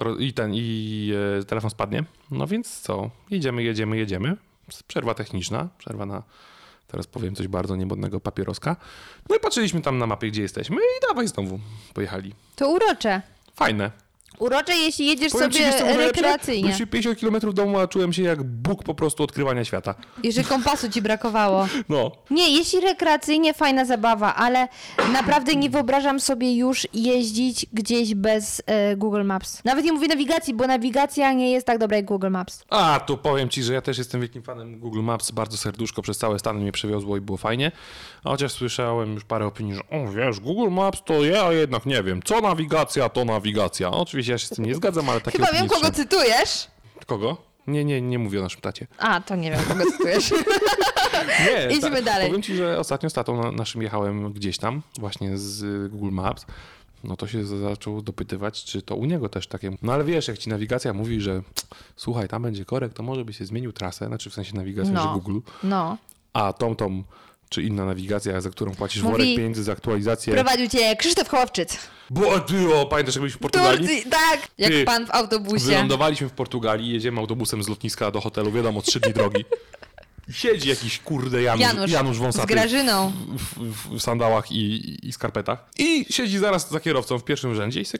i telefon spadnie. No więc co? Jedziemy. Przerwa techniczna, przerwa na, teraz powiem coś bardzo niemodnego, papieroska. No i patrzyliśmy tam na mapie, gdzie jesteśmy i dawaj znowu pojechali. To urocze. Fajne. Urocze, jeśli jedziesz Powiem ci, sobie wiesz, co było rekreacyjnie. najlepsze? 50 km domu, a czułem się jak Bóg po prostu odkrywania świata. Jeżeli kompasu ci brakowało. No. Nie, jeśli rekreacyjnie, fajna zabawa, ale naprawdę nie wyobrażam sobie już jeździć gdzieś bez Google Maps. Nawet nie mówię nawigacji, bo nawigacja nie jest tak dobra jak Google Maps. A, tu powiem ci, że ja też jestem wielkim fanem Google Maps, bardzo serduszko przez całe Stany mnie przewiozło i było fajnie. A chociaż słyszałem już parę opinii, że wiesz, Google Maps to ja jednak nie wiem, co nawigacja, to nawigacja. Oczywiście ja się z tym nie zgadzam, ale takie Chyba opinie wiem, kogo słyszałem. cytujesz. Kogo? Nie mówię o naszym tacie. A, to nie wiem, kogo cytujesz. Nie, Idźmy dalej. Powiem ci, że ostatnio z tatą naszym jechałem gdzieś tam, właśnie z Google Maps. No to się zaczął dopytywać, czy to u niego też takie... No ale wiesz, jak ci nawigacja mówi, że słuchaj, tam będzie korek, to może by się zmienił trasę, znaczy w sensie nawigacja, że Google. No. A TomTom, czy inna nawigacja, za którą płacisz Mówi, worek pieniędzy za aktualizację. Prowadził cię Krzysztof Hołowczyc. Bo ty, pamiętasz, jak byliśmy w Portugalii? Turcji, tak, jak Ty, pan w autobusie. Wylądowaliśmy w Portugalii, jedziemy autobusem z lotniska do hotelu, wiadomo, 3 dni drogi. Siedzi jakiś kurde Janusz wąsaty z Grażyną. w sandałach i skarpetach. I siedzi zaraz za kierowcą w pierwszym rzędzie i se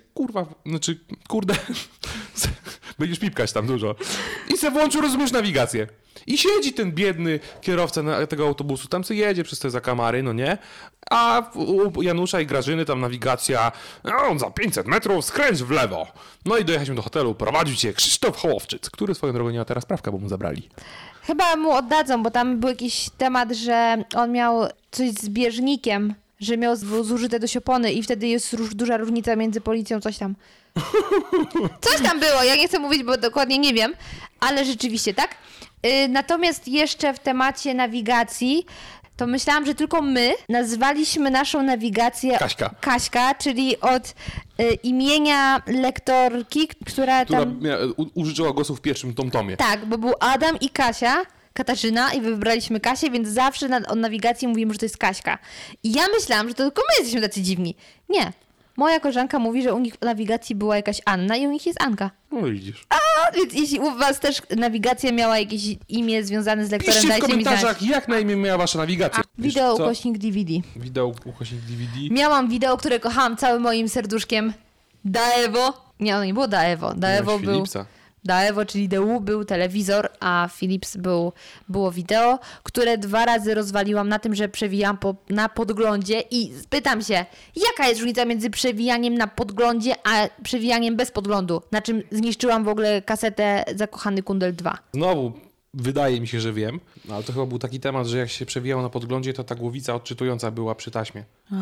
będziesz pipkać tam dużo. I se włączył, rozumiesz, nawigację. I siedzi ten biedny kierowca tego autobusu, tam se jedzie przez te zakamary, no nie? A u Janusza i Grażyny tam nawigacja, za 500 metrów skręć w lewo. No i dojechaliśmy do hotelu, prowadził cię Krzysztof Hołowczyc, który swoją drogą nie ma teraz prawka, bo mu zabrali. Chyba mu oddadzą, bo tam był jakiś temat, że on miał coś z bieżnikiem, że miał zużyte dość opony i wtedy jest duża różnica między policją, coś tam. Coś tam było, ja nie chcę mówić, bo dokładnie nie wiem, ale rzeczywiście, tak? Natomiast jeszcze w temacie nawigacji, to myślałam, że tylko my nazwaliśmy naszą nawigację Kaśka, czyli od imienia lektorki, która tam... użyczyła głosu w pierwszym tomie. Tak, bo był Adam i Kasia, Katarzyna i wybraliśmy Kasię, więc zawsze o nawigacji mówimy, że to jest Kaśka. I ja myślałam, że to tylko my jesteśmy tacy dziwni. Nie. Moja koleżanka mówi, że u nich w nawigacji była jakaś Anna i u nich jest Anka. No widzisz. Więc jeśli u was też nawigacja miała jakieś imię związane z lektorem, piszcie dajcie mi znać. w komentarzach, jak na imię miała wasza nawigacja. Wideo ukośnik DVD. Wideo ukośnik DVD. Miałam wideo, które kochałam całym moim serduszkiem. Daewo. Nie, ono nie było Daewo. Daewo był... Philipsa. Daewo, czyli DU był telewizor, a Philips było wideo, które 2 razy rozwaliłam na tym, że przewijałam na podglądzie i pytam się, jaka jest różnica między przewijaniem na podglądzie, a przewijaniem bez podglądu, na czym zniszczyłam w ogóle kasetę Zakochany Kundel 2. Znowu, wydaje mi się, że wiem, ale to chyba był taki temat, że jak się przewijało na podglądzie, to ta głowica odczytująca była przy taśmie.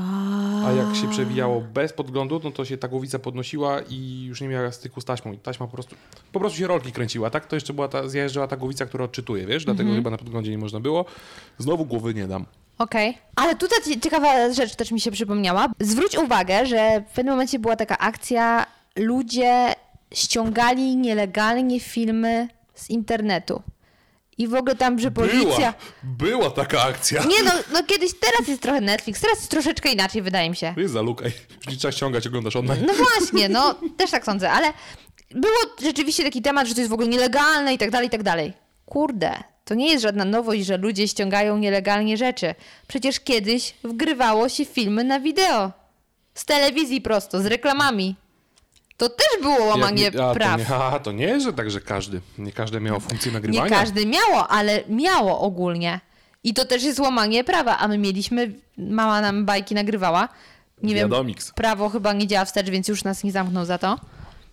A jak się przewijało bez podglądu, no to się ta głowica podnosiła i już nie miała styku z taśmą. I taśma po prostu się rolki kręciła, tak? To jeszcze zjeżdżała ta głowica, która odczytuje, wiesz? Dlatego chyba na podglądzie nie można było. Znowu głowy nie dam. Okej. Ale tutaj ciekawa rzecz też mi się przypomniała. Zwróć uwagę, że w pewnym momencie była taka akcja, ludzie ściągali nielegalnie filmy z internetu. I w ogóle tam, że policja... Była taka akcja. Nie no kiedyś, teraz jest trochę Netflix, teraz jest troszeczkę inaczej, wydaje mi się. To jest zalukaj. Już nie trzeba ściągać, oglądasz online. No właśnie, też tak sądzę, ale było rzeczywiście taki temat, że to jest w ogóle nielegalne i tak dalej, i tak dalej. Kurde, to nie jest żadna nowość, że ludzie ściągają nielegalnie rzeczy. Przecież kiedyś wgrywało się filmy na wideo. Z telewizji prosto, z reklamami. To też było łamanie praw. To nie, że tak, że nie każde miało funkcję nagrywania. Nie każdy miało, ale miało ogólnie. I to też jest łamanie prawa, a my mieliśmy, mama nam bajki nagrywała. Nie wiem, prawo chyba nie działa wstecz, więc już nas nie zamknął za to.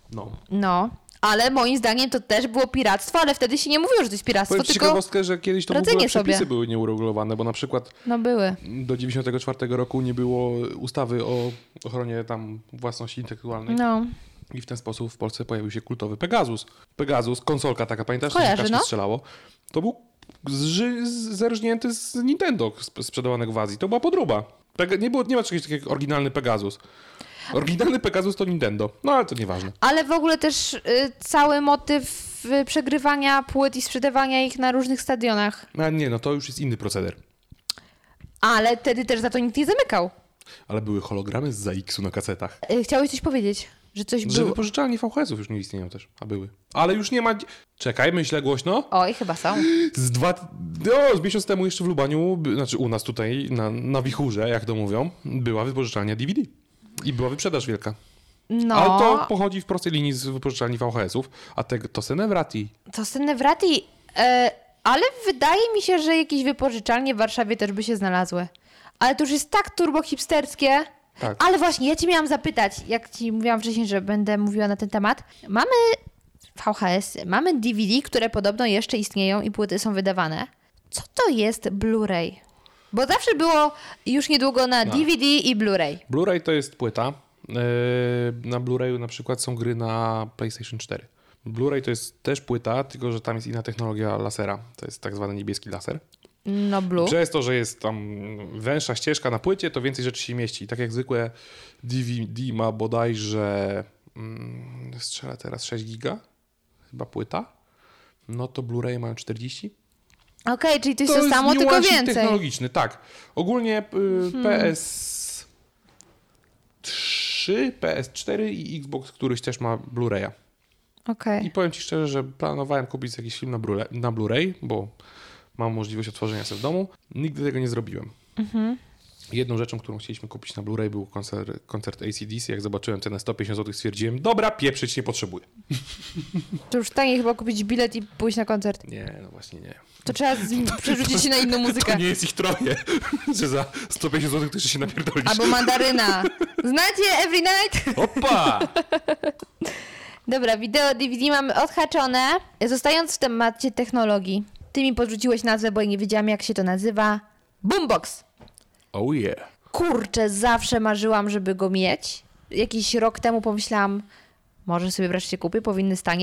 No, ale moim zdaniem to też było piractwo, ale wtedy się nie mówiło, że to jest piractwo, tylko ciekawostkę, że kiedyś to w ogóle przepisy były nieuregulowane, bo na przykład były. Do 94 roku nie było ustawy o ochronie tam własności intelektualnej. No. I w ten sposób w Polsce pojawił się kultowy Pegasus. Pegasus, konsolka taka, pamiętasz? Kojarzy, no? Strzelało. To był zerżnięty z Nintendo sprzedawanego w Azji. To była podróba. Nie ma czegoś takiego jak oryginalny Pegasus. Oryginalny Pegasus to Nintendo. No ale to nieważne. Ale w ogóle też cały motyw przegrywania płyt i sprzedawania ich na różnych stadionach. To już jest inny proceder. Ale wtedy też za to nikt nie zamykał. Ale były hologramy z ZX-u na kasetach. Chciałeś coś powiedzieć? Że wypożyczalnie VHS-ów już nie istnieją też, a były. Ale już nie ma... Czekaj, myślę głośno. Oj, chyba są. Z miesiąc temu jeszcze w Lubaniu, znaczy u nas tutaj, na Wichurze, jak to mówią, była wypożyczalnia DVD. I była wyprzedaż wielka. No. Ale to pochodzi w prostej linii z wypożyczalni VHS-ów, a to se ne vrati. Ale wydaje mi się, że jakieś wypożyczalnie w Warszawie też by się znalazły. Ale to już jest tak turbo-hipsterskie. Tak. Ale właśnie, ja cię miałam zapytać, jak ci mówiłam wcześniej, że będę mówiła na ten temat. Mamy VHS, mamy DVD, które podobno jeszcze istnieją i płyty są wydawane. Co to jest Blu-ray? Bo zawsze było już niedługo na DVD i Blu-ray. Blu-ray to jest płyta. Na Blu-rayu na przykład są gry na PlayStation 4. Blu-ray to jest też płyta, tylko że tam jest inna technologia lasera. To jest tak zwany niebieski laser. No blue. Przez to, że jest tam węższa ścieżka na płycie, to więcej rzeczy się mieści. Tak jak zwykłe DVD ma bodajże strzelę teraz 6 giga, chyba płyta, no to Blu-ray mają 40. Okej, czyli to jest to samo, tylko więcej. Technologiczny, tak. Ogólnie PS3, PS4 i Xbox któryś też ma Blu-raya. Okay. I powiem ci szczerze, że planowałem kupić jakiś film na Blu-ray, bo mam możliwość otworzenia sobie w domu. Nigdy tego nie zrobiłem. Jedną rzeczą, którą chcieliśmy kupić na Blu-ray był koncert AC/DC. Jak zobaczyłem cenę 150 zł, stwierdziłem, dobra, pieprzyć nie potrzebuję. To już taniej chyba kupić bilet i pójść na koncert. Nie, no właśnie nie. To trzeba przerzucić się na inną muzykę. To nie jest ich troje, że za 150 zł to jeszcze się napierdolisz. Albo mandaryna. Znacie Every Night? Opa! Dobra, wideo DVD mamy odhaczone. Zostając w temacie technologii, ty mi podrzuciłeś nazwę, bo ja nie wiedziałam, jak się to nazywa. Boombox. Oh yeah. Kurczę, zawsze marzyłam, żeby go mieć. Jakiś rok temu pomyślałam, może sobie wreszcie kupię, powinny stanieć.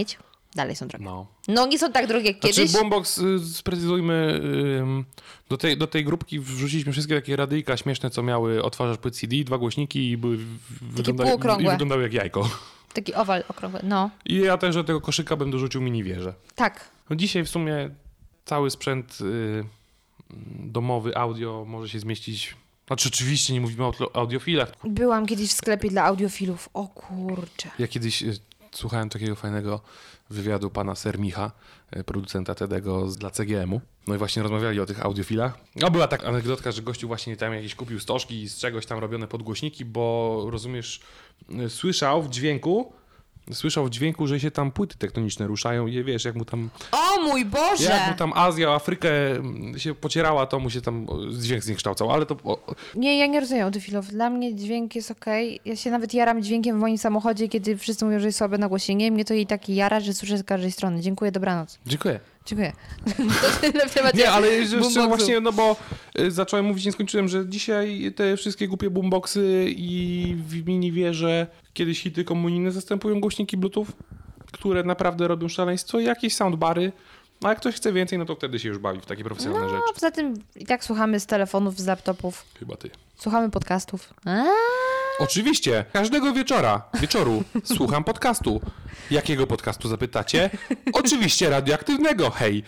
Dalej są drogie. No. No nie są tak drogie jak kiedyś. Znaczy boombox, sprecyzujmy, do tej grupki wrzuciliśmy wszystkie takie radyjka śmieszne, co miały odtwarzacz płyt CD, 2 głośniki i wyglądały jak jajko. Taki owal okrągły, no. I ja też do tego koszyka bym dorzucił mini wieżę. Tak. No dzisiaj w sumie cały sprzęt domowy, audio może się zmieścić. Znaczy oczywiście nie mówimy o audiofilach. Byłam kiedyś w sklepie dla audiofilów. O kurczę. Ja kiedyś słuchałem takiego fajnego wywiadu pana Sermicha, producenta Tedego dla CGM-u. No i właśnie rozmawiali o tych audiofilach. No była taka anegdotka, że gościu właśnie tam jakieś kupił stożki z czegoś tam robione podgłośniki, bo rozumiesz, słyszał w dźwięku, że się tam płyty tektoniczne ruszają i wiesz, jak mu tam... O mój Boże! Jak mu tam Azja, Afrykę się pocierała, to mu się tam dźwięk zniekształcał, ale to... Nie, ja nie rozumiem audiofilów. Dla mnie dźwięk jest okej. Ja się nawet jaram dźwiękiem w moim samochodzie, kiedy wszyscy mówią, że jest słabe nagłośnienie. Mnie to jej taki jara, że słyszę z każdej strony. Dziękuję, dobranoc. Dziękuję. To tyle w temacie. Nie, ale jeszcze boomboxu. właśnie, no bo zacząłem mówić, nie skończyłem, że dzisiaj te wszystkie głupie boomboxy i w mini wieże, kiedyś hity komunijne zastępują głośniki Bluetooth, które naprawdę robią szaleństwo, jakieś soundbary, a jak ktoś chce więcej, no to wtedy się już bawi w takie profesjonalne No, rzeczy. poza tym i tak słuchamy z telefonów, z laptopów. Chyba ty. Słuchamy podcastów. Oczywiście, każdego wieczoru słucham podcastu. Jakiego podcastu zapytacie? Oczywiście radioaktywnego, hej!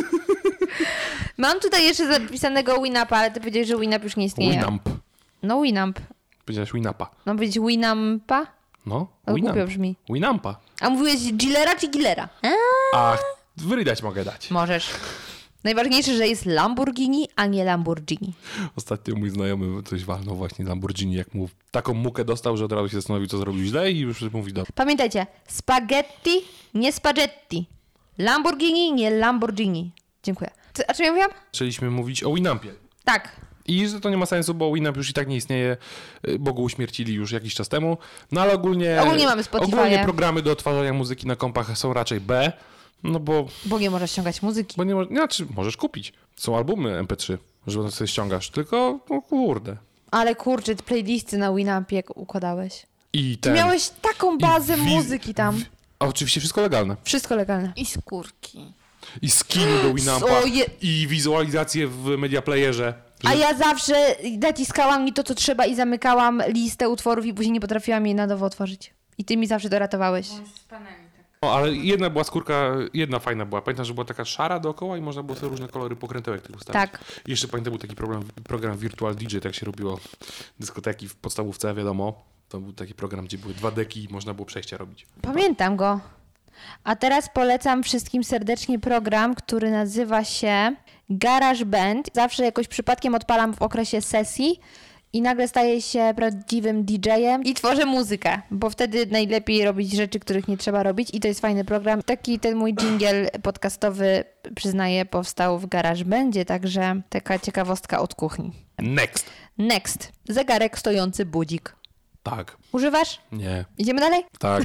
Mam tutaj jeszcze zapisanego Winampa, ale ty powiedziałeś, że Winamp już nie istnieje. Winamp. No Winamp. Powiedziałeś Winampa. Mam powiedzieć Winampa? No, Ale głupio brzmi. Winampa. A mówiłeś Gillera czy Gillera? Ach, wydać mogę dać. Możesz. Najważniejsze, że jest Lamborghini, a nie Lamborghini. Ostatnio mój znajomy coś walnął właśnie Lamborghini, jak mu taką mukę dostał, że od razu się zastanowił, co zrobił źle i już mówi dobrze. Pamiętajcie, spaghetti, nie spaghetti. Lamborghini, nie Lamborghini. Dziękuję. A czym ja mówiłam? Zaczęliśmy mówić o Winampie. Tak. I że to nie ma sensu, bo Winamp już i tak nie istnieje, bo go uśmiercili już jakiś czas temu. No ale ogólnie mamy Spotify'a. Ogólnie programy do odtwarzania muzyki na kompach są raczej B, no bo nie możesz ściągać muzyki. znaczy możesz kupić. Są albumy MP3, że sobie ściągasz, tylko no kurde. Ale kurczę, playlisty na Winampie układałeś. I Ty miałeś taką bazę muzyki tam. A oczywiście wszystko legalne. Wszystko legalne. I skórki. I skiny do Winampa, i wizualizacje w Media Playerze. A ja zawsze naciskałam mi to, co trzeba i zamykałam listę utworów i później nie potrafiłam jej na nowo otworzyć. I ty mi zawsze doratowałeś. Z panami, tak. No, ale jedna była skórka, jedna fajna była. Pamiętam, że była taka szara dookoła i można było sobie różne kolory pokrętełek tych ustawić. Tak. I jeszcze pamiętam, był taki program Virtual DJ, tak się robiło dyskoteki w podstawówce, wiadomo. To był taki program, gdzie były 2 deki i można było przejścia robić. Pamiętam go. A teraz polecam wszystkim serdecznie program, który nazywa się GarageBand. Zawsze jakoś przypadkiem odpalam w okresie sesji i nagle staję się prawdziwym DJ-em i tworzę muzykę, bo wtedy najlepiej robić rzeczy, których nie trzeba robić i to jest fajny program. Taki ten mój dżingiel podcastowy, przyznaję, powstał w GarageBandzie, także taka ciekawostka od kuchni. Next. Zegarek stojący budzik. Tak. Używasz? Nie. Idziemy dalej? Tak.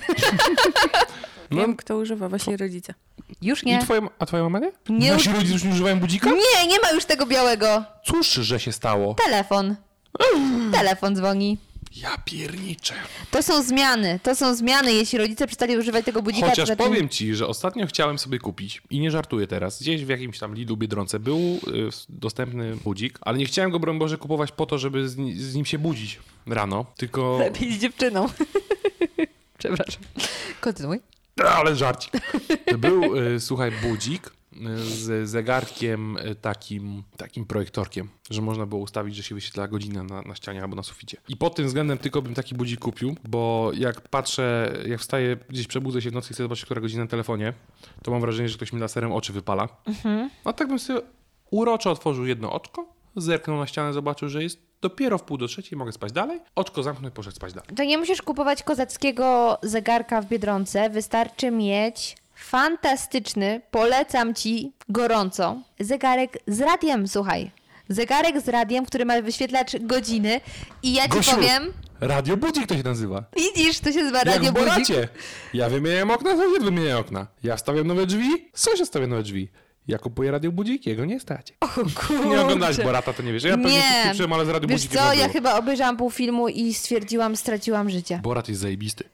Wiem, kto używa, właśnie rodzice. Już nie. A twoja mama nie? Nie. Nasi rodzice już nie używają budzika? Nie ma już tego białego. Cóż, że się stało? Telefon dzwoni. Ja pierniczę. To są zmiany, jeśli rodzice przestali używać tego budzika. Chociaż powiem ci, że ostatnio chciałem sobie kupić i nie żartuję teraz, gdzieś w jakimś tam Lidlu, Biedronce był dostępny budzik, ale nie chciałem go, broń Boże, kupować po to, żeby z nim się budzić rano, tylko... Lepiej z dziewczyną. Przepraszam. Kontynuuj. Ale żarcik. Był, słuchaj, budzik z zegarkiem takim projektorkiem, że można było ustawić, że się wyświetla godzina na ścianie albo na suficie. I pod tym względem tylko bym taki budzik kupił, bo jak patrzę, jak wstaję, gdzieś przebudzę się w nocy i chcę zobaczyć, która godzina na telefonie, to mam wrażenie, że ktoś mi laserem oczy wypala. A tak bym sobie uroczo otworzył jedno oczko, zerknął na ścianę, zobaczył, że jest dopiero w 2:30, mogę spać dalej, oczko zamknął i poszedł spać dalej. To nie musisz kupować kozackiego zegarka w Biedronce, wystarczy mieć fantastyczny, polecam ci gorąco, zegarek z radiem, słuchaj. Zegarek z radiem, który ma wyświetlacz godziny i ja ci powiem... Radio budzik to się nazywa. Widzisz, to się nazywa Jak radio w budzik. Boracie. Ja wymieniam okna, sąsiad wymienia okna. Ja wstawiam nowe drzwi, sąsiad stawia nowe drzwi. Ja kupuję radio budzik, jego nie stać. O kurczę. Nie oglądałeś Borata, to nie wiesz. Ja pewnie przyszedłem, ale z radio Wiesz budzik co, ja chyba obejrzałam pół filmu i stwierdziłam, straciłam życie. Borat jest zajebisty.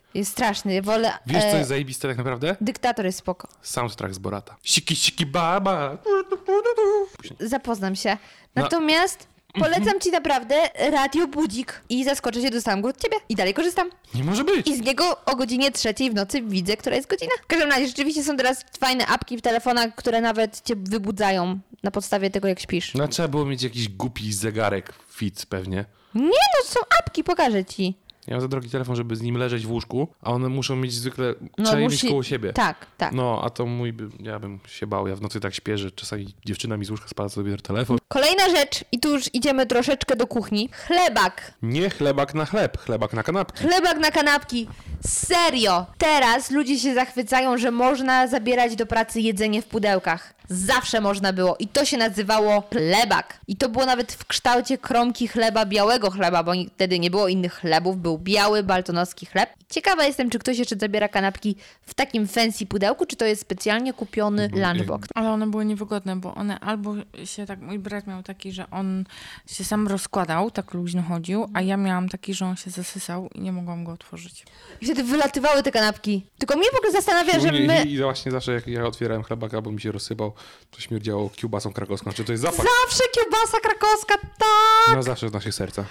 Jest straszny. Wolę... Wiesz, co jest zajebiste tak naprawdę? Dyktator jest spoko. Soundtrack z Borata. Siki baba. Zapoznam się. Natomiast polecam ci naprawdę Radio Budzik i zaskoczę się, dostałam go od ciebie i dalej korzystam. Nie może być. I z niego o godzinie 3:00 w nocy widzę, która jest godzina. W każdym razie rzeczywiście są teraz fajne apki w telefonach, które nawet cię wybudzają na podstawie tego, jak śpisz. No trzeba było mieć jakiś głupi zegarek Fit pewnie. Nie no, są apki, pokażę ci. Ja mam za drogi telefon, żeby z nim leżeć w łóżku, a one muszą mieć zwykle, trzeba je mieć koło siebie. Tak. No, a to ja bym się bał, ja w nocy tak śpię, że czasami dziewczyna mi z łóżka spada sobie telefon. Kolejna rzecz, i tu już idziemy troszeczkę do kuchni. Chlebak. Nie chlebak na chleb, chlebak na kanapki. Chlebak na kanapki. Serio. Teraz ludzie się zachwycają, że można zabierać do pracy jedzenie w pudełkach. Zawsze można było. I to się nazywało chlebak. I to było nawet w kształcie kromki chleba, białego chleba, bo wtedy nie było innych chlebów. Był biały, baltonowski chleb. Ciekawa jestem, czy ktoś jeszcze zabiera kanapki w takim fancy pudełku, czy to jest specjalnie kupiony lunchbox. Ale one były niewygodne, bo one albo się tak... Mój brat miał taki, że on się sam rozkładał, tak luźno chodził, a ja miałam taki, że on się zasysał i nie mogłam go otworzyć. I wtedy wylatywały te kanapki. Tylko mnie w ogóle zastanawia, że my... I właśnie zawsze jak ja otwierałem chlebaka, bo mi się rozsypał, to śmierdziało kiełbasą krakowską. Czy to jest zapach? Zawsze kiełbasa krakowska, tak! No zawsze w naszych sercach.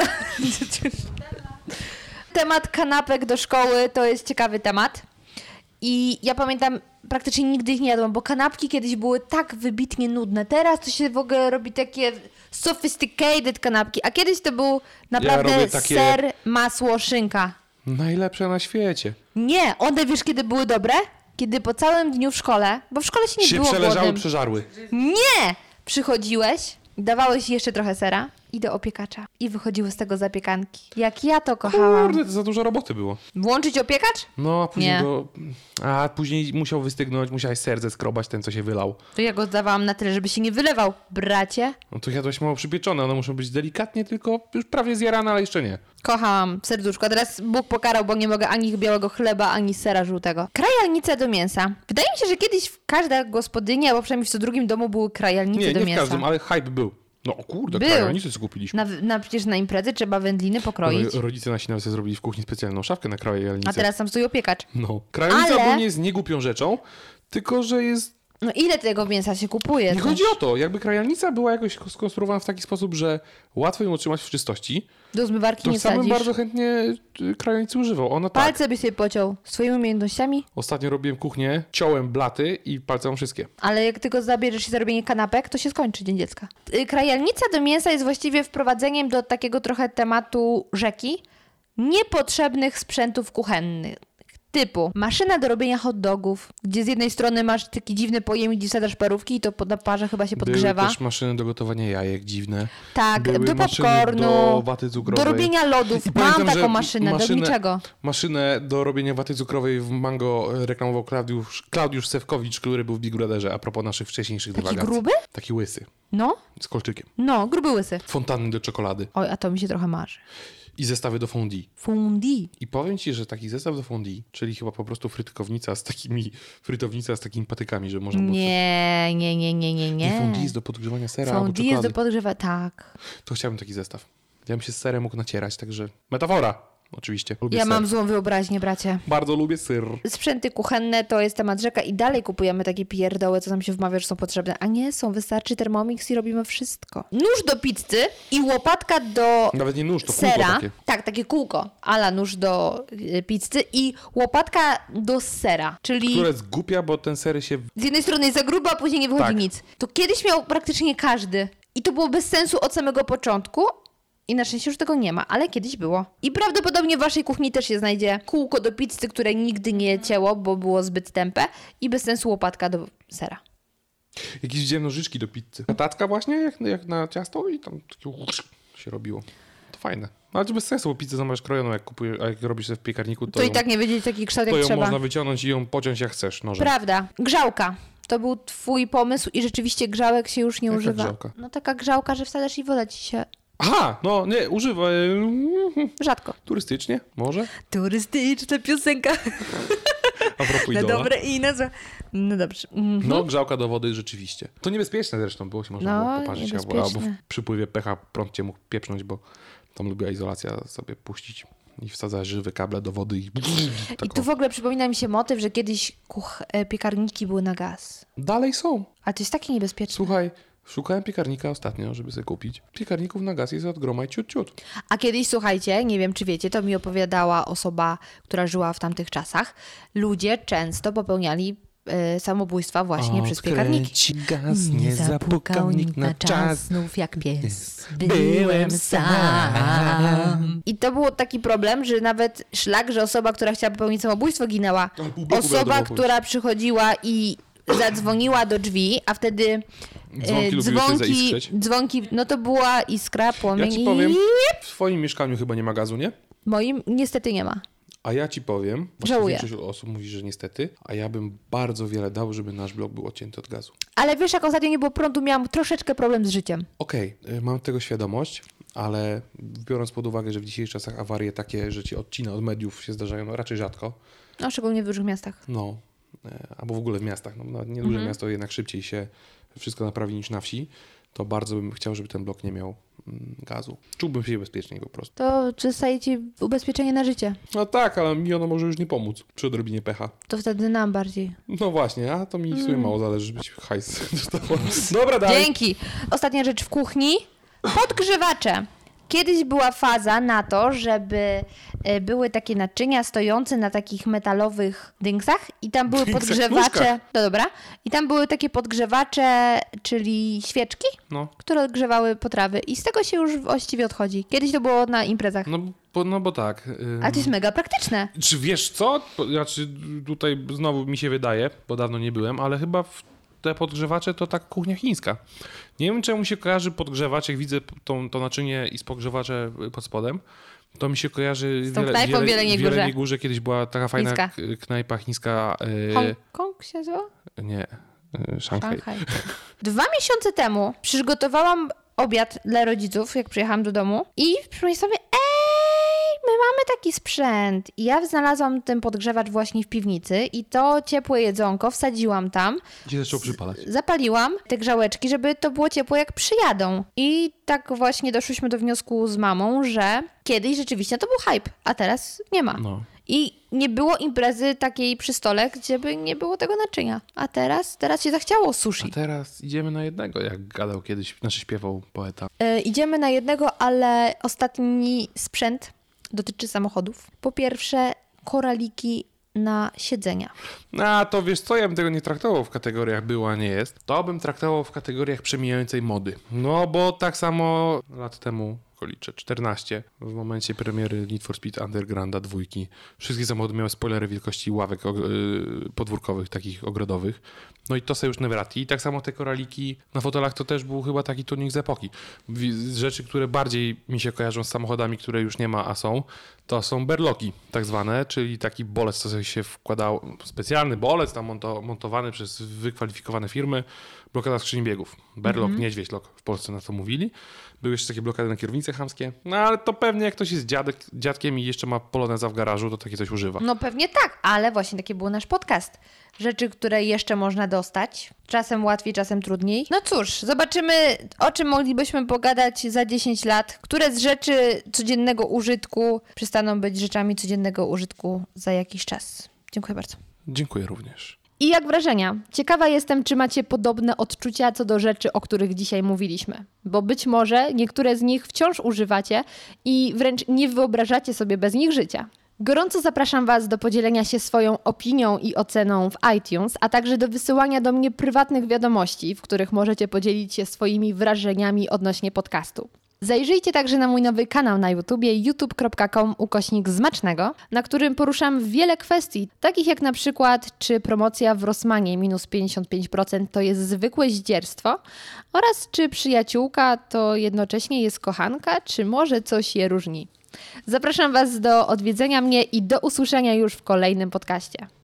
Temat kanapek do szkoły to jest ciekawy temat. I ja pamiętam, praktycznie nigdy ich nie jadłam, bo kanapki kiedyś były tak wybitnie nudne. Teraz to się w ogóle robi takie sophisticated kanapki, a kiedyś to był naprawdę takie... ser, masło, szynka. Najlepsze na świecie. Nie, one wiesz kiedy były dobre? Kiedy po całym dniu w szkole, bo w szkole się nie było przeleżały, głodnym. przeżarły. Nie! Przychodziłeś, dawałeś jeszcze trochę sera i do opiekacza. I wychodziły z tego zapiekanki. Jak ja to kochałam. Kurde, to za dużo roboty było. Włączyć opiekacz? No, a później Nie. później musiał wystygnąć, musiałeś serce skrobać, ten co się wylał. To ja go zdawałam na tyle, żeby się nie wylewał. Bracie, No to jadłeś mało przypieczone, one muszą być delikatnie, tylko już prawie zjarane, ale jeszcze nie. kochałam serduszko. Teraz Bóg pokarał, bo nie mogę ani białego chleba, ani sera żółtego. Krajalnice do mięsa. Wydaje mi się, że kiedyś w każda gospodynia, albo przynajmniej w co drugim domu były krajalnice do Nie mięsa. w każdym, ale hype był. No kurde, Był. krajalnice co kupiliśmy. Przecież na imprezy trzeba wędliny pokroić. Rodzice nasi nawet sobie zrobili w kuchni specjalną szafkę na krajalnicę. A teraz tam stoi opiekacz. No, krajalnica Ale- ogólnie jest niegłupią rzeczą, tylko że jest... No ile tego mięsa się kupuje? Nie chodzi o to, jakby krajalnica była jakoś skonstruowana w taki sposób, że łatwo ją utrzymać w czystości, Do zmywarki to nie sam bym wsadzisz. bardzo chętnie krajalnicy używał. Ona tak. Palce byś sobie pociął swoimi umiejętnościami, Ostatnio robiłem kuchnię, ciąłem blaty i palce mam wszystkie. ale jak tylko zabierzesz się za robienie kanapek, to się skończy Dzień Dziecka. Krajalnica do mięsa jest właściwie wprowadzeniem do takiego trochę tematu rzeki niepotrzebnych sprzętów kuchennych. Typu maszyna do robienia hot dogów, gdzie z jednej strony masz taki dziwny pojemnik, gdzie wsadzasz parówki i to na parze chyba się podgrzewa. Były też maszyny do gotowania jajek dziwne. Tak, Były do maszyny popcornu, do waty cukrowej. do robienia lodów. I Mam pamiętam, taką że maszynę, do niczego. Maszynę do robienia waty cukrowej w Mango reklamował Klaudiusz Sewkowicz, który był w Big Brotherze, a propos naszych wcześniejszych Taki dywagacji. gruby? Taki łysy, No, z kolczykiem. gruby łysy. Fontanny do czekolady Oj, a to mi się trochę marzy. i zestawy do fondue. Fondue. I powiem ci, że taki zestaw do fondue, czyli chyba po prostu frytownica z takimi patykami, że można było... Nie. I fondue jest do podgrzewania sera albo Fondue czekolady. jest do podgrzewania, tak. To chciałbym taki zestaw. Ja bym się z serem mógł nacierać, także metafora oczywiście. Lubię Ja ser. mam złą wyobraźnię, bracie. Bardzo lubię syr. Sprzęty kuchenne to jest temat rzeka i dalej kupujemy takie pierdoły, co nam się wmawia, że są potrzebne. A nie są, wystarczy Thermomix i robimy wszystko. Nóż do pizzy i łopatka do Nawet nie nóż, to kółko sera. takie. Tak, takie kółko, ala nóż do pizzy i łopatka do sera, czyli Która jest głupia, bo ten ser się... z jednej strony jest za grubo, a później nie wychodzi Tak. nic. To kiedyś miał praktycznie każdy. I to było bez sensu od samego początku. I na szczęście już tego nie ma, ale kiedyś było. I prawdopodobnie w waszej kuchni też się znajdzie kółko do pizzy, które nigdy nie cięło, bo było zbyt tępe. I bez sensu łopatka do sera. Jakieś widziałem nożyczki do pizzy. Tacka właśnie, jak na ciasto i tam takie się robiło. To fajne. No ale to bez sensu, bo pizzę zamawiasz krojoną, a jak robisz sobie w piekarniku, To i tak nie wiedzieć taki kształt, to jak ją trzeba. można wyciągnąć i ją pociąć jak chcesz nożem. Prawda. Grzałka. To był twój pomysł i rzeczywiście grzałek się już nie Jaka używa. grzałka? No taka grzałka, że wsadzasz i woda ci się Aha, no nie, używa. rzadko. Turystycznie, może? Turystyczna piosenka. A propos Na idola. dobre i na złe. No dobrze. No, grzałka do wody rzeczywiście. To niebezpieczne zresztą było, się można No, było poparzyć, albo niebezpieczne. w przypływie pecha prąd cię mógł pieprznąć, bo tam lubiła izolacja sobie puścić. i wsadzałeś żywe kable do wody i... I tu w ogóle przypomina mi się motyw, że kiedyś piekarniki były na gaz. Dalej są. A to jest takie niebezpieczne. Słuchaj, szukałem piekarnika ostatnio, żeby sobie kupić. Piekarników na gaz jest od groma i ciut. A kiedyś, słuchajcie, nie wiem czy wiecie, to mi opowiadała osoba, która żyła w tamtych czasach, ludzie często popełniali samobójstwa właśnie przez piekarniki. Gaz, nie zapukał nikt na czas. Znów jak pies byłem sam. I to był taki problem, że nawet szlak, że osoba, która chciała popełnić samobójstwo, ginęła. Osoba, która przychodziła i zadzwoniła do drzwi, a wtedy dzwonki, no to była iskra, płomień. Ja ci powiem, w twoim mieszkaniu chyba nie ma gazu, nie? Moim niestety nie ma. A ja ci powiem, Żałuję. Większość osób mówi, że niestety, a ja bym bardzo wiele dał, żeby nasz blok był odcięty od gazu. Ale wiesz, jak ostatnio nie było prądu, miałam troszeczkę problem z życiem. Okej, mam tego świadomość, ale biorąc pod uwagę, że w dzisiejszych czasach awarie takie, że ci odcina od mediów się zdarzają, no raczej rzadko. No, szczególnie w dużych miastach. No, albo w ogóle w miastach. No, nieduże miasto jednak szybciej się wszystko naprawi niż na wsi. To bardzo bym chciał, żeby ten blok nie miał gazu. Czułbym się bezpieczniej po prostu. To zostaje ci ubezpieczenie na życie. No tak, ale mi ono może już nie pomóc przy odrobinie pecha. To wtedy nam bardziej. No właśnie, a to mi w sumie mało zależy, żebyś hajs dostała. Dobra, dalej. Dzięki. Ostatnia rzecz w kuchni. Podgrzewacze. Kiedyś była faza na to, żeby były takie naczynia stojące na takich metalowych dynksach i tam były podgrzewacze. No dobra. I tam były takie podgrzewacze, czyli świeczki, które odgrzewały potrawy. I z tego się już właściwie odchodzi. Kiedyś to było na imprezach. No bo tak. Ale to jest mega praktyczne. Czy wiesz co? Znaczy tutaj znowu mi się wydaje, bo dawno nie byłem, ale chyba te podgrzewacze to tak kuchnia chińska. Nie wiem, czemu mi się kojarzy podgrzewacz, jak widzę to naczynie i spoggrzewacze pod spodem, to mi się kojarzy z tą knajpą w Jeleniej Górze. Kiedyś była taka fajna knajpa chińska. Hongkong się nazywa? Nie, Szanghaj. 2 miesiące temu przygotowałam obiad dla rodziców, jak przyjechałam do domu i przypomniałam sobie, my mamy taki sprzęt. I ja znalazłam ten podgrzewacz właśnie w piwnicy i to ciepłe jedzonko wsadziłam tam. Gdzie zaczęło przypalać? Zapaliłam te grzałeczki, żeby to było ciepło jak przyjadą. I tak właśnie doszłyśmy do wniosku z mamą, że kiedyś rzeczywiście to był hype, a teraz nie ma. No. I nie było imprezy takiej przy stole, gdzie by nie było tego naczynia. A teraz się zachciało sushi. A teraz idziemy na jednego, jak gadał kiedyś, śpiewał poeta. Idziemy na jednego, ale ostatni sprzęt dotyczy samochodów. Po pierwsze, koraliki na siedzenia. A to wiesz co, ja bym tego nie traktował w kategoriach była, nie jest. To bym traktował w kategoriach przemijającej mody. No bo tak samo lat temu, liczę, 14, w momencie premiery Need for Speed Undergrounda 2, wszystkie samochody miały spoilery wielkości ławek podwórkowych, takich ogrodowych. No i to sobie już Neverati. I tak samo te koraliki na fotelach to też był chyba taki tuning z epoki. Rzeczy, które bardziej mi się kojarzą z samochodami, które już nie ma, a są, to są berloki tak zwane, czyli taki bolec, co się wkładał, specjalny bolec tam montowany przez wykwalifikowane firmy, blokada skrzyni biegów. Berlok, niedźwiedź lok w Polsce na to mówili. Były jeszcze takie blokady na kierownice chamskie. No ale to pewnie jak ktoś jest dziadkiem i jeszcze ma poloneza w garażu, to takie coś używa. No pewnie tak, ale właśnie taki był nasz podcast. Rzeczy, które jeszcze można dostać. Czasem łatwiej, czasem trudniej. No cóż, zobaczymy, o czym moglibyśmy pogadać za 10 lat. Które z rzeczy codziennego użytku przestaną być rzeczami codziennego użytku za jakiś czas. Dziękuję bardzo. Dziękuję również. I jak wrażenia? Ciekawa jestem, czy macie podobne odczucia co do rzeczy, o których dzisiaj mówiliśmy. Bo być może niektóre z nich wciąż używacie i wręcz nie wyobrażacie sobie bez nich życia. Gorąco zapraszam Was do podzielenia się swoją opinią i oceną w iTunes, a także do wysyłania do mnie prywatnych wiadomości, w których możecie podzielić się swoimi wrażeniami odnośnie podcastu. Zajrzyjcie także na mój nowy kanał na YouTubie youtube.com/zmacznego, na którym poruszam wiele kwestii, takich jak na przykład, czy promocja w Rossmanie minus 55% to jest zwykłe zdzierstwo oraz czy przyjaciółka to jednocześnie jest kochanka, czy może coś je różni. Zapraszam Was do odwiedzenia mnie i do usłyszenia już w kolejnym podcaście.